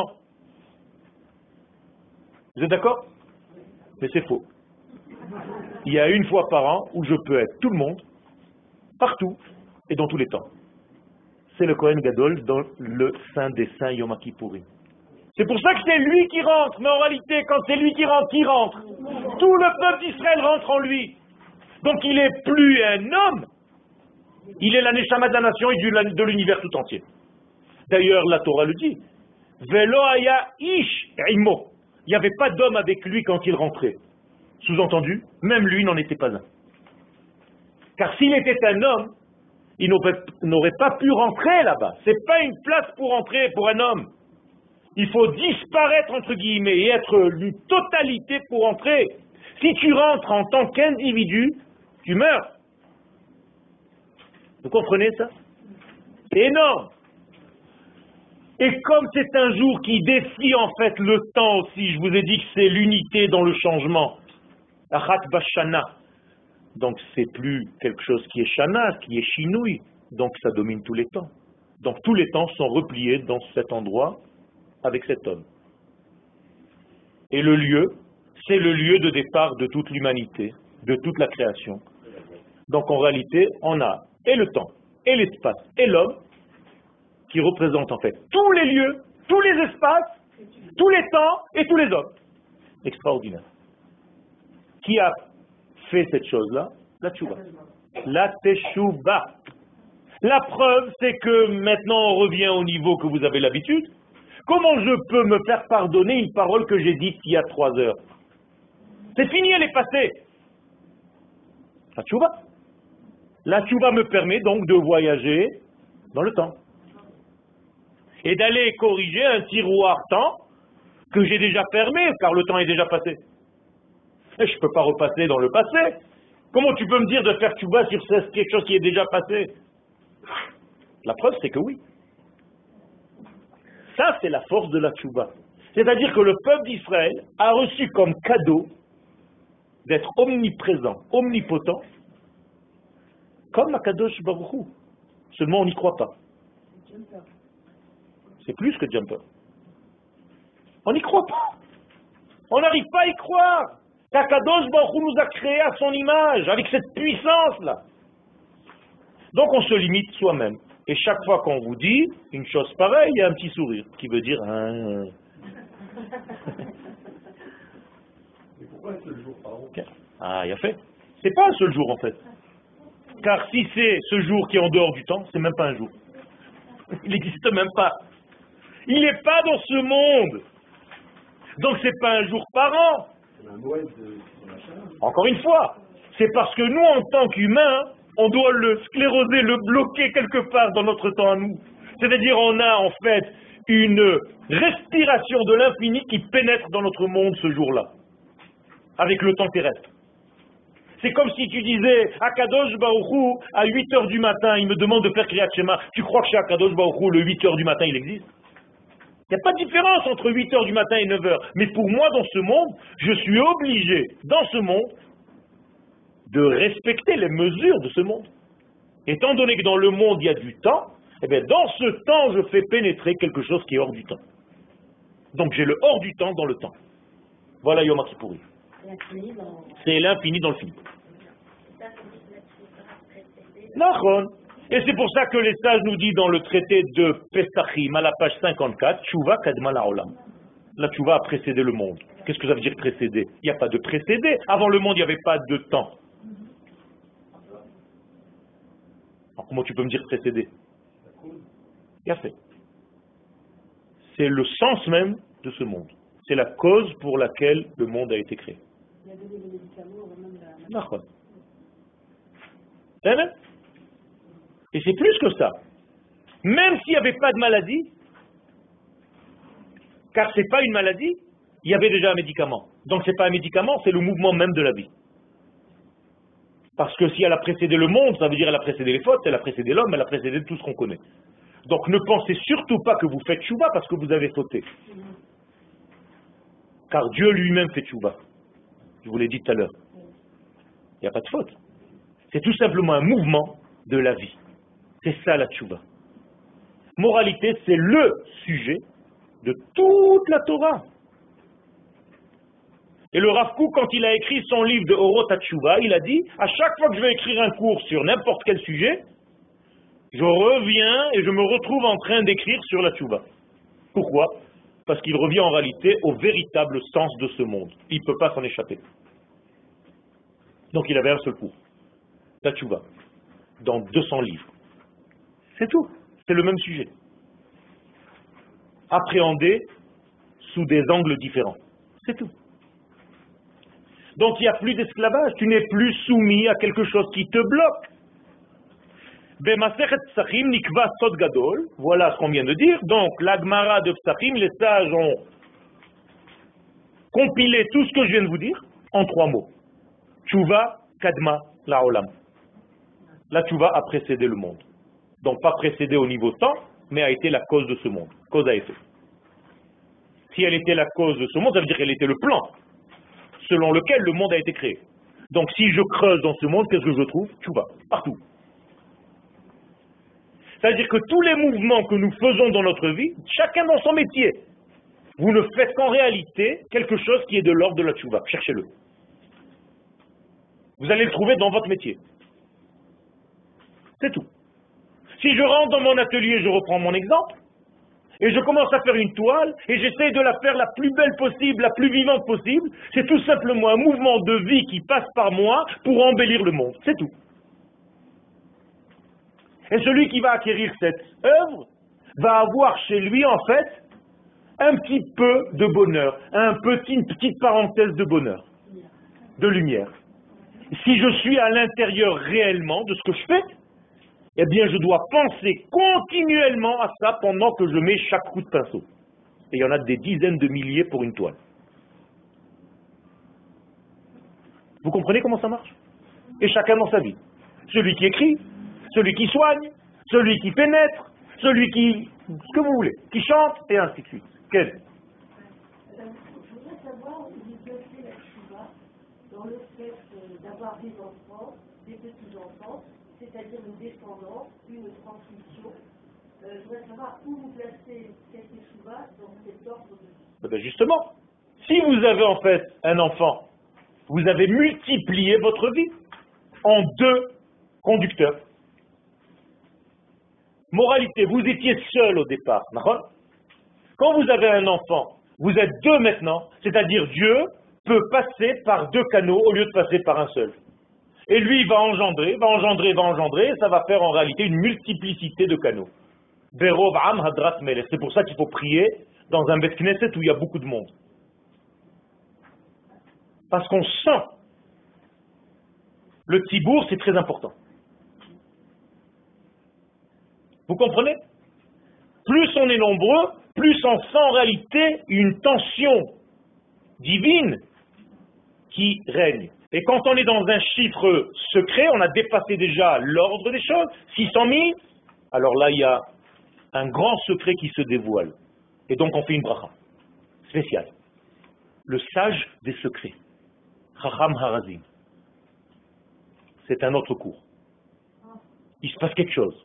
Vous êtes d'accord? Mais c'est faux. Il y a une fois par an où je peux être tout le monde, partout et dans tous les temps. C'est le Kohen Gadol dans le Saint des Saints Yom Kippourim. C'est pour ça que c'est lui qui rentre. Mais en réalité, quand c'est lui qui rentre, qui rentre? Tout le peuple d'Israël rentre en lui. Donc il n'est plus un homme. Il est la Neshama de la nation et de l'univers tout entier. D'ailleurs, la Torah le dit. Velo haya ish imo. Il n'y avait pas d'homme avec lui quand il rentrait. Sous-entendu, même lui n'en était pas un. Car s'il était un homme, il n'aurait pas pu rentrer là-bas. Ce n'est pas une place pour entrer pour un homme. Il faut disparaître, entre guillemets, et être une totalité pour entrer. Si tu rentres en tant qu'individu, tu meurs. Vous comprenez ça? C'est énorme. Et comme c'est un jour qui défie en fait le temps aussi, je vous ai dit que c'est l'unité dans le changement. Achat bashana. Donc c'est plus quelque chose qui est shana, qui est shinui. Donc ça domine tous les temps. Donc tous les temps sont repliés dans cet endroit avec cet homme. Et le lieu, c'est le lieu de départ de toute l'humanité, de toute la création. Donc en réalité, on a et le temps, et l'espace, et l'homme, qui représentent en fait tous les lieux, tous les espaces, tous les temps et tous les hommes. Extraordinaire. Qui a fait cette chose-là? La tchouva. La teshuva. La preuve, c'est que maintenant on revient au niveau que vous avez l'habitude. Comment je peux me faire pardonner une parole que j'ai dite il y a 3 heures? C'est fini, elle est passée. La tchouva. La tchouva me permet donc de voyager dans le temps. Et d'aller corriger un tiroir temps que j'ai déjà fermé, car le temps est déjà passé. Et je ne peux pas repasser dans le passé. Comment tu peux me dire de faire tchouva sur quelque chose qui est déjà passé? La preuve, c'est que oui. Ça, c'est la force de la tchouva. C'est-à-dire que le peuple d'Israël a reçu comme cadeau d'être omniprésent, omnipotent, comme Akadosh Baruch Hu. Seulement, on n'y croit pas. C'est plus que jumper. On n'y croit pas. On n'arrive pas à y croire. Qu'Akadosh Baruch Hu nous a créés à son image, avec cette puissance-là. Donc on se limite soi-même. Et chaque fois qu'on vous dit une chose pareille, il y a un petit sourire qui veut dire... Mais
pourquoi un seul jour par an?
Ah, il a fait. C'est pas un seul jour en fait. Car si c'est ce jour qui est en dehors du temps, c'est même pas un jour. Il n'existe même pas. Il n'est pas dans ce monde. Donc c'est pas un jour par an. Encore une fois, c'est parce que nous, en tant qu'humains, on doit le scléroser, le bloquer quelque part dans notre temps à nous. C'est-à-dire on a en fait une respiration de l'infini qui pénètre dans notre monde ce jour-là, avec le temps terrestre. C'est comme si tu disais, Akadosh Baruch Hu, à 8h du matin, il me demande de faire Kriyat Shema. Tu crois que chez Akadosh Baruch Hu, le 8h du matin, il existe? Il n'y a pas de différence entre 8h du matin et 9h. Mais pour moi, dans ce monde, je suis obligé, dans ce monde, de respecter les mesures de ce monde. Étant donné que dans le monde, il y a du temps, eh bien, dans ce temps, je fais pénétrer quelque chose qui est hors du temps. Donc j'ai le hors du temps dans le temps. Voilà Yom Kippourim. C'est l'infini dans le fini. Nachon. Et c'est pour ça que les sages nous disent dans le traité de Pesachim, à la page 54, Tchouva kadma la'olam. La tchouva a précédé le monde. Qu'est-ce que ça veut dire précéder? Il n'y a pas de précédé. Avant le monde, il n'y avait pas de temps. Alors comment tu peux me dire précéder? Il a fait. C'est le sens même de ce monde. C'est la cause pour laquelle le monde a été créé.
Il y a des médicaments avant même la...
Nachon. C'est vrai? Et c'est plus que ça. Même s'il n'y avait pas de maladie, car ce n'est pas une maladie, il y avait déjà un médicament. Donc ce n'est pas un médicament, c'est le mouvement même de la vie. Parce que si elle a précédé le monde, ça veut dire elle a précédé les fautes, elle a précédé l'homme, elle a précédé tout ce qu'on connaît. Donc ne pensez surtout pas que vous faites tchouva parce que vous avez fauté. Car Dieu lui-même fait tchouva. Je vous l'ai dit tout à l'heure. Il n'y a pas de faute. C'est tout simplement un mouvement de la vie. C'est ça la tchouva. Moralité, c'est le sujet de toute la Torah. Et le Rav Kook, quand il a écrit son livre de Orot HaTshuva, il a dit, à chaque fois que je vais écrire un cours sur n'importe quel sujet, je reviens et je me retrouve en train d'écrire sur la tchouva. Pourquoi? Parce qu'il revient en réalité au véritable sens de ce monde. Il ne peut pas s'en échapper. Donc il avait un seul cours, la tchouva, dans 200 livres. C'est tout. C'est le même sujet. Appréhendé sous des angles différents. C'est tout. Donc il n'y a plus d'esclavage. Tu n'es plus soumis à quelque chose qui te bloque. Voilà ce qu'on vient de dire. Donc la Gemara de Psachim, les sages ont compilé tout ce que je viens de vous dire en 3 mots. Tchouva, Kadma, Laolam. La tchouva a précédé le monde. Donc pas précédé au niveau temps, mais a été la cause de ce monde. Cause à effet. Si elle était la cause de ce monde, ça veut dire qu'elle était le plan selon lequel le monde a été créé. Donc si je creuse dans ce monde, qu'est-ce que je trouve? Tchouva, partout. C'est-à-dire que tous les mouvements que nous faisons dans notre vie, chacun dans son métier, vous ne faites qu'en réalité quelque chose qui est de l'ordre de la tchouva. Cherchez-le. Vous allez le trouver dans votre métier. C'est tout. Si je rentre dans mon atelier, je reprends mon exemple, et je commence à faire une toile, et j'essaie de la faire la plus belle possible, la plus vivante possible, c'est tout simplement un mouvement de vie qui passe par moi pour embellir le monde. C'est tout. Et celui qui va acquérir cette œuvre va avoir chez lui, en fait, un petit peu de bonheur, une petite parenthèse de bonheur, de lumière. Si je suis à l'intérieur réellement de ce que je fais, eh bien je dois penser continuellement à ça pendant que je mets chaque coup de pinceau. Et il y en a des dizaines de milliers pour une toile. Vous comprenez comment ça marche? Et chacun dans sa vie. Celui qui écrit, celui qui soigne, celui qui pénètre, celui qui... ce que vous voulez, qui chante, et ainsi de suite. Quel?
Je voudrais savoir où vous placez la tchouva dans le fait d'avoir des enfants, des petits-enfants, c'est-à-dire une descendance, une transmission. Je voudrais savoir où vous placez cette tchouva dans cet ordre de...
Ben justement, si vous avez en fait un enfant, vous avez multiplié votre vie en 2 conducteurs. Moralité, vous étiez seul au départ. Quand vous avez un enfant, vous êtes 2 maintenant, c'est-à-dire Dieu peut passer par 2 canaux au lieu de passer par un seul. Et lui, il va engendrer, ça va faire en réalité une multiplicité de canaux. C'est pour ça qu'il faut prier dans un Beth Knesset où il y a beaucoup de monde. Parce qu'on sent le tibour, c'est très important. Vous comprenez? Plus on est nombreux, plus on sent en réalité une tension divine qui règne. Et quand on est dans un chiffre secret, on a dépassé déjà l'ordre des choses, 600 000, alors là il y a un grand secret qui se dévoile. Et donc on fait une bracha spéciale. Le sage des secrets. Chacham Harazim. C'est un autre cours. Il se passe quelque chose.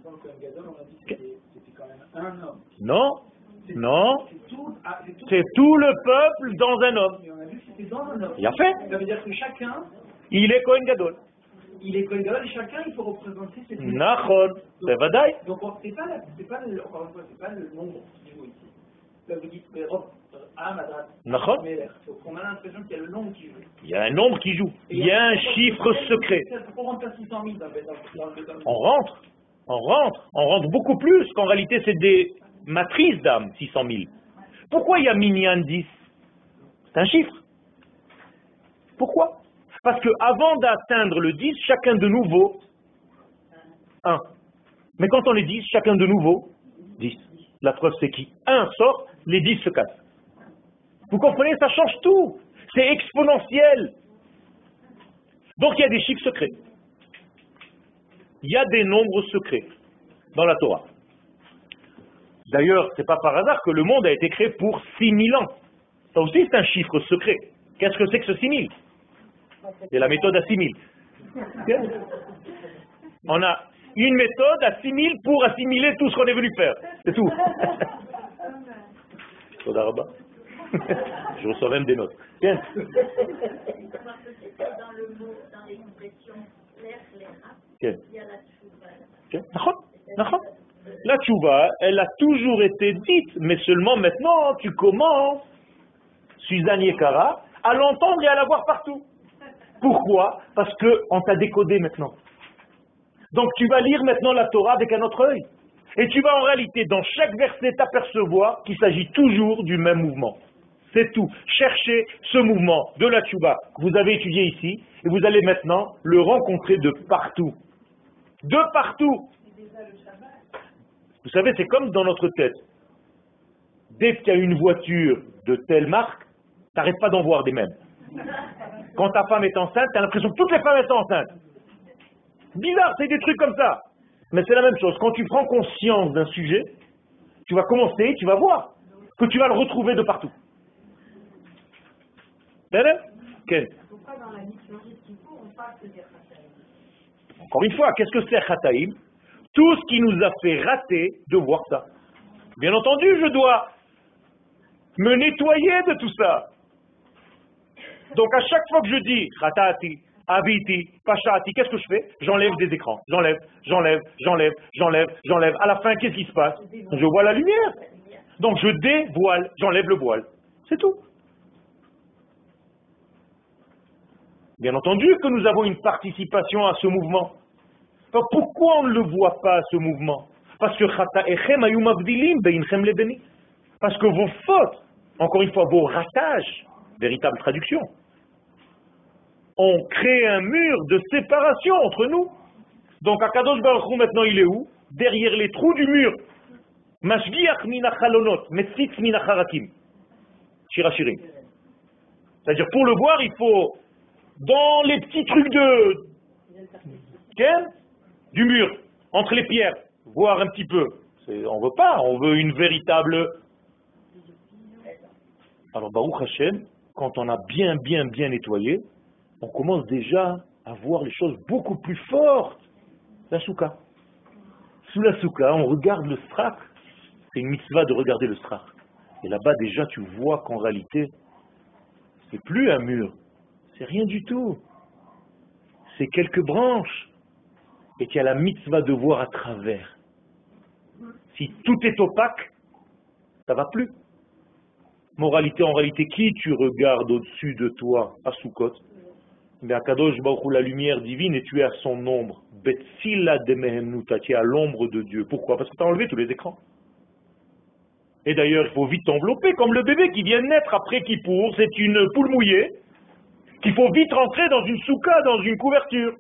Non, non, c'est tout le peuple dans un homme. Il a fait.
Ça veut dire que chacun,
il est Kohen Gadol.
il est Kohen Gadol et chacun il faut représenter cette
Nachon, c'est vadaï.
Donc c'est pas le nombre qui joue ici. Là vous dites Madras.
Nachon.
Donc on a l'impression qu'il y a le nombre qui joue.
Il y a un nombre qui joue. Il y a un chiffre secret.
On rentre pas 600 000
On rentre beaucoup plus qu'en réalité c'est des matrices d'âme, 600 000. Pourquoi il y a Minyan 10? C'est un chiffre. Pourquoi? Parce qu'avant d'atteindre le 10, chacun de nous vaut 1. Mais quand on est 10, chacun de nous vaut 10. La preuve c'est qui 1 sort, les 10 se cassent. Vous comprenez? Ça change tout. C'est exponentiel. Donc il y a des chiffres secrets. Il y a des nombres secrets dans la Torah. D'ailleurs, ce n'est pas par hasard que le monde a été créé pour 6000 ans. Ça aussi, c'est un chiffre secret. Qu'est-ce que c'est que ce 6000? C'est la méthode à 6000. On a une méthode à 6000 pour assimiler tout ce qu'on est venu faire. C'est tout. Toda Rabba. Je reçois même des notes. Tiens.
Dans le mot, dans l'expression
Tiens.
il y a la tchouva.
Tiens. La tchouva, elle a toujours été dite, mais seulement maintenant, tu commences, Suzanne Yekara, à l'entendre et à la voir partout. Pourquoi? Parce qu'on t'a décodé maintenant. Donc tu vas lire maintenant la Torah avec un autre œil. Et tu vas en réalité, dans chaque verset, t'apercevoir qu'il s'agit toujours du même mouvement. C'est tout. Cherchez ce mouvement de la tchouba. Vous avez étudié ici, et vous allez maintenant le rencontrer de partout. De partout. Vous savez, c'est comme dans notre tête. Dès qu'il y a une voiture de telle marque, t'arrêtes pas d'en voir des mêmes. Quand ta femme est enceinte, t'as l'impression que toutes les femmes sont enceintes. Bizarre, c'est des trucs comme ça. Mais c'est la même chose. Quand tu prends conscience d'un sujet, tu vas commencer, tu vas voir que tu vas le retrouver de partout. Okay.
Pourquoi dans la mythologie de Kippour, on parle que des Chataïm?
Encore une fois, qu'est-ce que c'est Chataïm? Tout ce qui nous a fait rater de voir ça. Bien entendu, je dois me nettoyer de tout ça. Donc à chaque fois que je dis Chatati, Aviti, Pashati, qu'est-ce que je fais? J'enlève des écrans. J'enlève. À la fin, qu'est-ce qui se passe? Je vois la lumière. Donc je dévoile, j'enlève le voile. C'est tout. Bien entendu que nous avons une participation à ce mouvement. Alors pourquoi on ne le voit pas, ce mouvement? Parce que parce que vos fautes, encore une fois, vos ratages, véritable traduction, ont créé un mur de séparation entre nous. Donc Akadosh Baruch Hu maintenant il est où? Derrière les trous du mur. Mashgiach min hachalonot, metzitz min hacharakim. Shirachirim. C'est-à-dire pour le voir, il faut dans les petits trucs du mur, entre les pierres, voir un petit peu. On veut pas, on veut une véritable... Alors Baruch Hashem, quand on a bien nettoyé, on commence déjà à voir les choses beaucoup plus fortes. La soukha. Sous la soukha, on regarde le strach. C'est une mitzvah de regarder le strach. Et là-bas déjà tu vois qu'en réalité, c'est plus un mur. C'est rien du tout. C'est quelques branches. Et qu'il y a la mitzvah de voir à travers. Si tout est opaque, ça va plus. Moralité, en réalité, qui tu regardes au-dessus de toi à Sukkot? Mais à Kadosh Baruch Hu, la lumière divine, et tu es à son ombre. Betsila de Mehemnuta, tu es à l'ombre de Dieu. Pourquoi? Parce que tu as enlevé tous les écrans. Et d'ailleurs, il faut vite t'envelopper, comme le bébé qui vient de naître après Kippour, c'est une poule mouillée, qu'il faut vite rentrer dans une soukha, dans une couverture.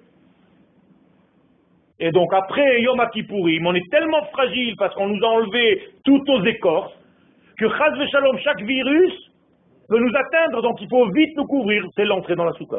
Et donc après Yom Kippourim, on est tellement fragile parce qu'on nous a enlevé toutes nos écorces, que Chaz Veshalom, chaque virus peut nous atteindre, donc il faut vite nous couvrir, c'est l'entrée dans la soukha.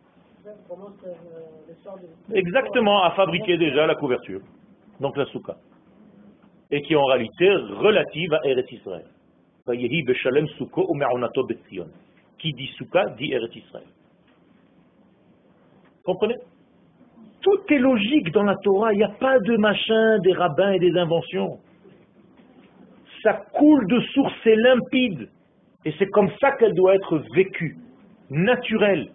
Exactement, à fabriquer déjà la couverture, donc la soukha. Et qui est en réalité relative à Eretz Israël. Vayehi Beshalem Soukho Ume'onato Betzion. Qui dit soukha dit Eretz Israël. Comprenez? Tout est logique dans la Torah, il n'y a pas de machin, des rabbins et des inventions. Ça coule de source, c'est limpide. Et c'est comme ça qu'elle doit être vécue, naturelle.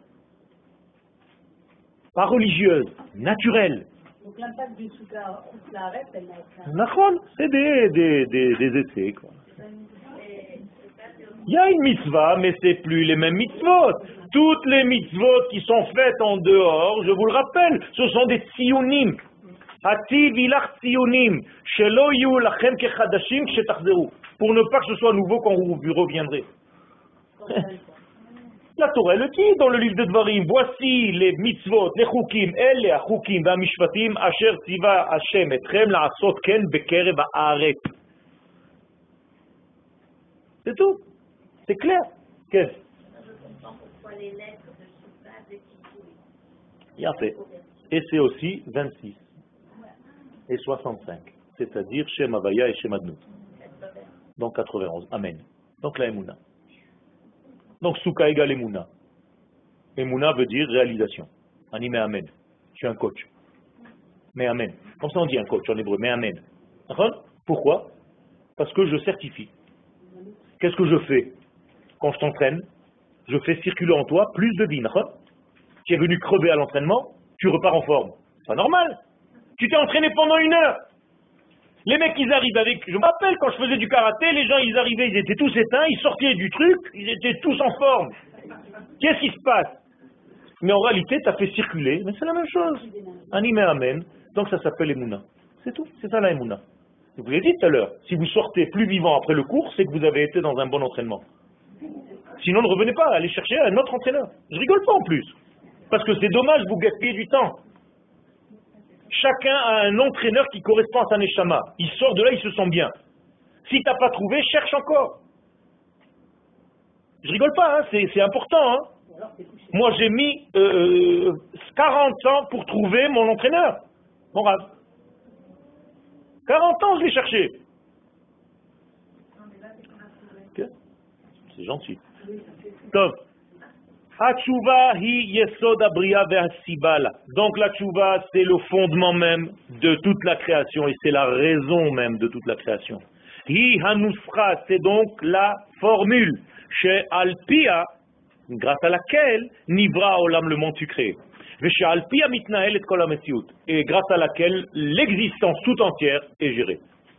Pas religieuse, naturelle.
Donc l'impact du soukha, on l'arrête, elle
c'est des essais, quoi. Il y a une mitzvah, mais c'est plus les mêmes mitzvot. Toutes les mitzvot qui sont faites en dehors, je vous le rappelle, ce sont des tzionim. Hativ ilach tzionim, shelo yu lachem kechadashim kshetachzeru. Pour ne pas que ce soit nouveau quand vous reviendrez. La Torah le dit dans le livre de Dvarim. Voici les mitzvot, les chukim, elle chukim va mishvatim asher tziva Hashem etchem la'asot ken bekerev haaretz. C'est tout. C'est clair. Qu'est-ce?
Je comprends pourquoi les lettres de Shouba de Kippour.
Il a fait. Et c'est aussi 26 et 65. C'est-à-dire Shem Havaya et Shem Adnut. Donc 91. Amen. Donc la Emouna. Donc Souka égale Emouna. Emouna veut dire réalisation. Ani Me'amen. Je suis un coach. Me'amen. Comme ça on dit un coach en hébreu. Me'amen. Pourquoi? Parce que je certifie. Qu'est-ce que je fais quand je t'entraîne? Je fais circuler en toi plus de vie. Tu es venu crever à l'entraînement, tu repars en forme. C'est pas normal. Tu t'es entraîné pendant 1 heure. Les mecs, ils arrivent avec... Je me rappelle, quand je faisais du karaté, les gens, ils arrivaient, ils étaient tous éteints, ils sortaient du truc, ils étaient tous en forme. Qu'est-ce qui se passe? Mais en réalité, tu as fait circuler, mais c'est la même chose. Animé amen, donc ça s'appelle Emouna. C'est tout, c'est ça la Emouna. Je vous l'ai dit tout à l'heure, si vous sortez plus vivant après le cours, c'est que vous avez été dans un bon entraînement. Sinon, ne revenez pas, allez chercher un autre entraîneur. Je rigole pas en plus. Parce que c'est dommage, vous gaspillez du temps. Chacun a un entraîneur qui correspond à sa neshama. Il sort de là, il se sent bien. Si tu n'as pas trouvé, cherche encore. Je rigole pas, hein, c'est important. Hein. Moi, j'ai mis 40 ans pour trouver mon entraîneur, mon Rav. 40 ans, je l'ai cherché. Okay. C'est gentil. Top. Donc la tchouva, c'est le fondement même de toute la création et c'est la raison même de toute la création. Hi hanusra, c'est donc la formule chez Alpia, grâce à laquelle Nivra Olam, le monde fut créé. Et grâce à laquelle l'existence tout entière est gérée.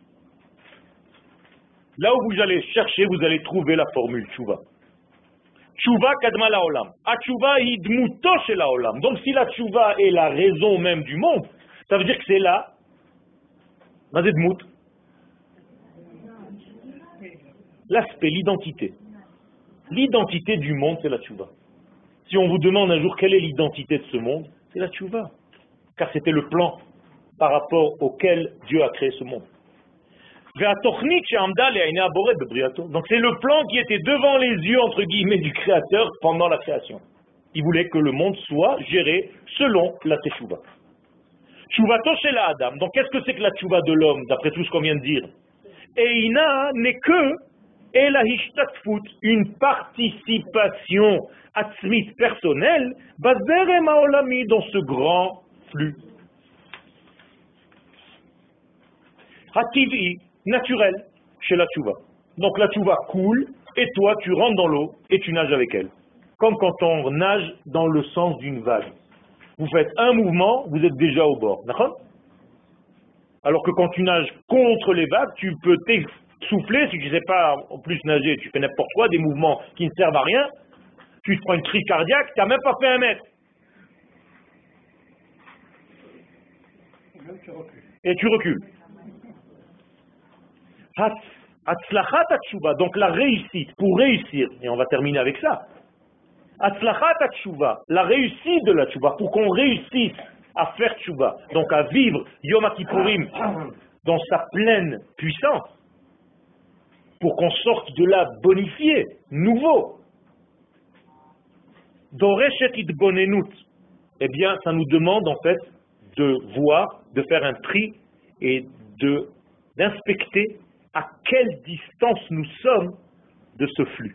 Là où vous allez chercher, vous allez trouver la formule tchouva. Tchouva kadma la olam. A tchouva idmuto chez la olam. Donc si la tchouva est la raison même du monde, ça veut dire que c'est là. Mazedmout. L'aspect, l'identité. L'identité du monde, c'est la tchouva. Si on vous demande un jour quelle est l'identité de ce monde, c'est la tchouva. Car c'était le plan par rapport auquel Dieu a créé ce monde. Donc c'est le plan qui était devant les yeux, entre guillemets, du Créateur pendant la création. Il voulait que le monde soit géré selon la teshuva. Tchouvato chez la Adam. Donc qu'est-ce que c'est que la tchouva de l'homme, d'après tout ce qu'on vient de dire? Eina n'est que elahishtatfut, une participation atzmit personnelle, bazerem haolami, dans ce grand flux. Hativi, naturel chez la tchouva. Donc la tchouva coule et toi tu rentres dans l'eau et tu nages avec elle. Comme quand on nage dans le sens d'une vague. Vous faites un mouvement, vous êtes déjà au bord. D'accord? Alors que quand tu nages contre les vagues, tu peux t'essouffler si tu ne sais pas en plus nager. Tu fais n'importe quoi, des mouvements qui ne servent à rien. Tu te prends une crise cardiaque, tu n'as même pas fait 1 mètre. Et tu recules. Atzlachat atshuva, donc la réussite, pour réussir, et on va terminer avec ça. Atzlachat atshuva, la réussite de la tchouva, pour qu'on réussisse à faire tchouva, donc à vivre Yom Kippourim dans sa pleine puissance, pour qu'on sorte de là bonifié, nouveau. Doreshet itbonenut, eh bien, ça nous demande en fait de voir, de faire un tri et d'inspecter à quelle distance nous sommes de ce flux.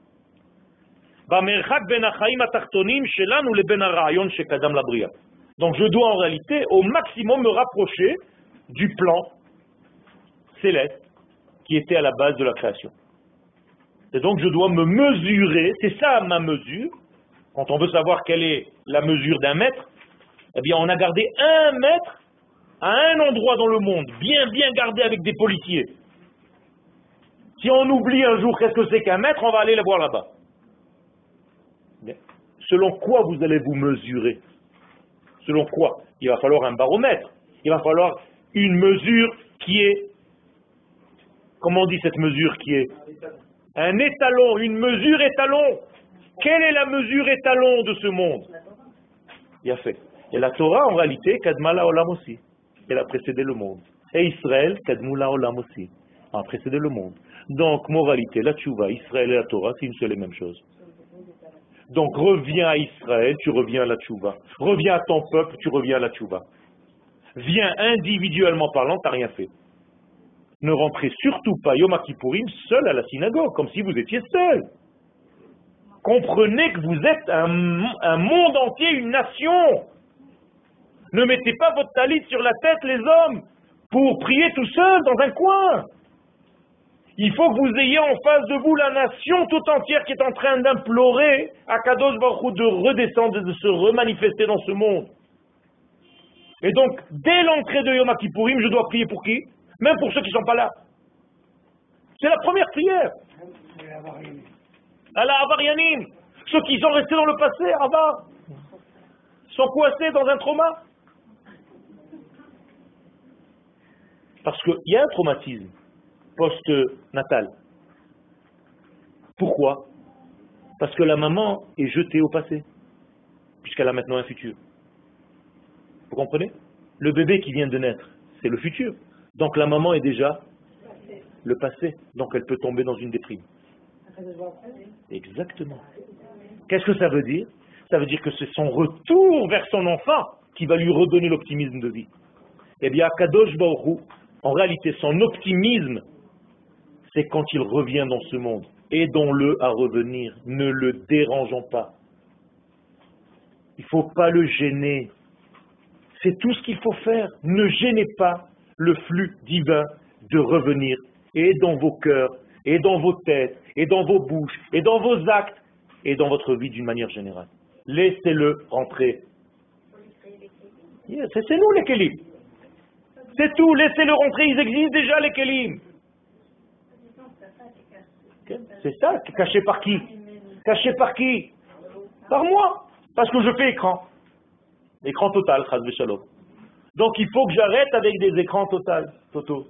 Donc je dois en réalité au maximum me rapprocher du plan céleste qui était à la base de la création. Et donc je dois me mesurer, c'est ça ma mesure. Quand on veut savoir quelle est la mesure d'1 mètre, eh bien on a gardé 1 mètre à un endroit dans le monde, bien gardé avec des policiers. Si on oublie un jour qu'est-ce que c'est qu'1 mètre, on va aller le voir là-bas. Selon quoi vous allez vous mesurer? Selon quoi? Il va falloir un baromètre. Il va falloir une mesure qui est... Comment on dit cette mesure qui est? Un étalon, une mesure étalon. Quelle est la mesure étalon de ce monde? Il a fait. Et la Torah, en réalité, Kadmala Olam aussi. Elle a précédé le monde. Et Israël, Kadmula Olam aussi. A précédé le monde. Donc, moralité, la tchouva, Israël et la Torah, c'est une seule et même chose. Donc, reviens à Israël, tu reviens à la tchouva. Reviens à ton peuple, tu reviens à la tchouva. Viens individuellement parlant, tu n'as rien fait. Ne rentrez surtout pas Yom Kippourim seul à la synagogue, comme si vous étiez seul. Comprenez que vous êtes un monde entier, une nation. Ne mettez pas votre talit sur la tête, les hommes, pour prier tout seul dans un coin. Il faut que vous ayez en face de vous la nation tout entière qui est en train d'implorer à Kadosh Baruch Hu de redescendre et de se remanifester dans ce monde. Et donc, dès l'entrée de Yom Kippourim, je dois prier pour qui? Même pour ceux qui ne sont pas là. C'est la première prière. À la Avarianim. Ceux qui sont restés dans le passé, Avar, sont coincés dans un trauma. Parce qu'il y a un traumatisme post-natal. Pourquoi? Parce que la maman est jetée au passé, puisqu'elle a maintenant un futur. Vous comprenez? Le bébé qui vient de naître, c'est le futur. Donc la maman est déjà le passé. Donc elle peut tomber dans une déprime. Exactement. Qu'est-ce que ça veut dire? Ça veut dire que c'est son retour vers son enfant qui va lui redonner l'optimisme de vie. Eh bien, Kadosh Baruch Hu, en réalité, son optimisme, c'est quand il revient dans ce monde. Aidons-le à revenir, ne le dérangeons pas. Il ne faut pas le gêner. C'est tout ce qu'il faut faire. Ne gênez pas le flux divin de revenir, et dans vos cœurs, et dans vos têtes, et dans vos bouches, et dans vos actes, et dans votre vie d'une manière générale. Laissez-le rentrer. Yeah, c'est nous les Kélim. C'est tout, laissez-le rentrer, ils existent déjà les Kélim. Okay. C'est ça, caché par qui? Caché par qui? Par moi. Parce que je fais écran. Écran total, chas v'shalom. Donc il faut que j'arrête avec des écrans totaux.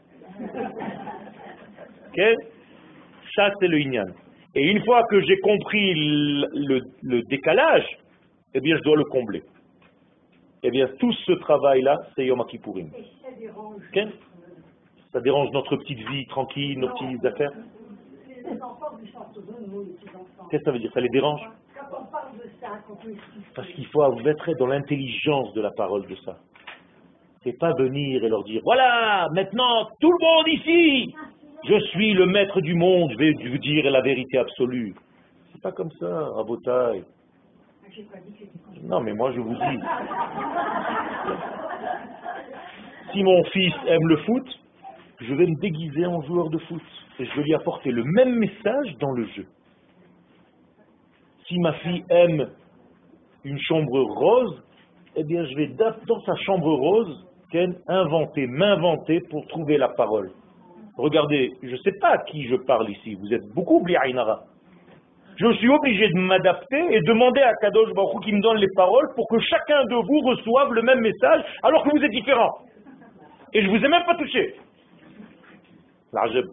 Okay? Ça c'est le Inyan. Et une fois que j'ai compris le décalage, eh bien je dois le combler. Eh bien tout ce travail-là, c'est Yom Kippourim. Okay? Ça dérange notre petite vie tranquille, nos petites affaires. Qu'est-ce que ça veut dire? Ça les dérange? Parce qu'il faut être dans l'intelligence de la parole de ça. C'est pas venir et leur dire, voilà, maintenant tout le monde ici, je suis le maître du monde, je vais vous dire la vérité absolue. C'est pas comme ça, à vos tailles. Non, mais moi je vous dis. Si mon fils aime le foot, je vais me déguiser en joueur de foot. Et je vais lui apporter le même message dans le jeu. Si ma fille aime une chambre rose, eh bien je vais dans sa chambre rose m'inventer pour trouver la parole. Regardez, je ne sais pas à qui je parle ici, vous êtes beaucoup oubliés Ainara. Je suis obligé de m'adapter et demander à Kadosh Baruch Hu qui me donne les paroles pour que chacun de vous reçoive le même message alors que vous êtes différents. Et je ne vous ai même pas touché. L'ajab.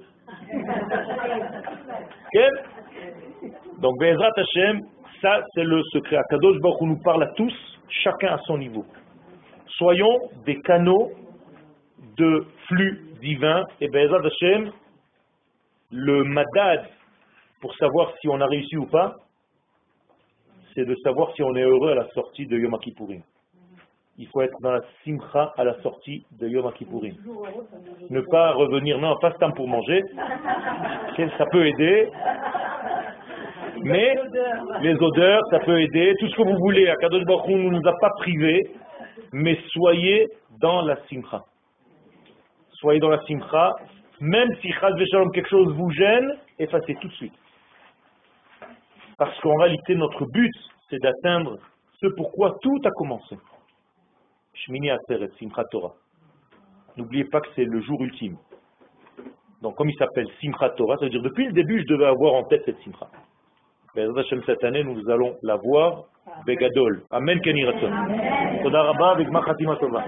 Okay? Donc, Be'ezrat Hashem, ça c'est le secret. Kadosh Baruch Hu nous parle à tous, chacun à son niveau. Soyons des canaux de flux divin et Be'ezrat Hashem, le madad pour savoir si on a réussi ou pas, c'est de savoir si on est heureux à la sortie de Yom Kippourim. Il faut être dans la simcha à la sortie de Yom Kippourim. Ne pas revenir, non, pas ce temps pour manger, ça peut aider, mais les odeurs, ça peut aider, tout ce que vous voulez. Akadosh Baruch Hu ne nous a pas privés, mais soyez dans la simcha. Soyez dans la simcha, même si chas v'shalom quelque chose vous gêne, effacez tout de suite. Parce qu'en réalité, notre but, c'est d'atteindre ce pourquoi tout a commencé. Shmini Atzeret, Simchat Torah. N'oubliez pas que c'est le jour ultime. Donc, comme il s'appelle Simchat Torah, ça veut dire depuis le début, je devais avoir en tête cette Simcha. Be'ezrat Hashem, cette année, nous allons la voir Begadol. Amen, Ken Yiratzon. Toda Rabba, V'gmar Chatima Tova.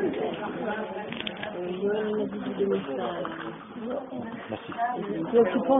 Merci.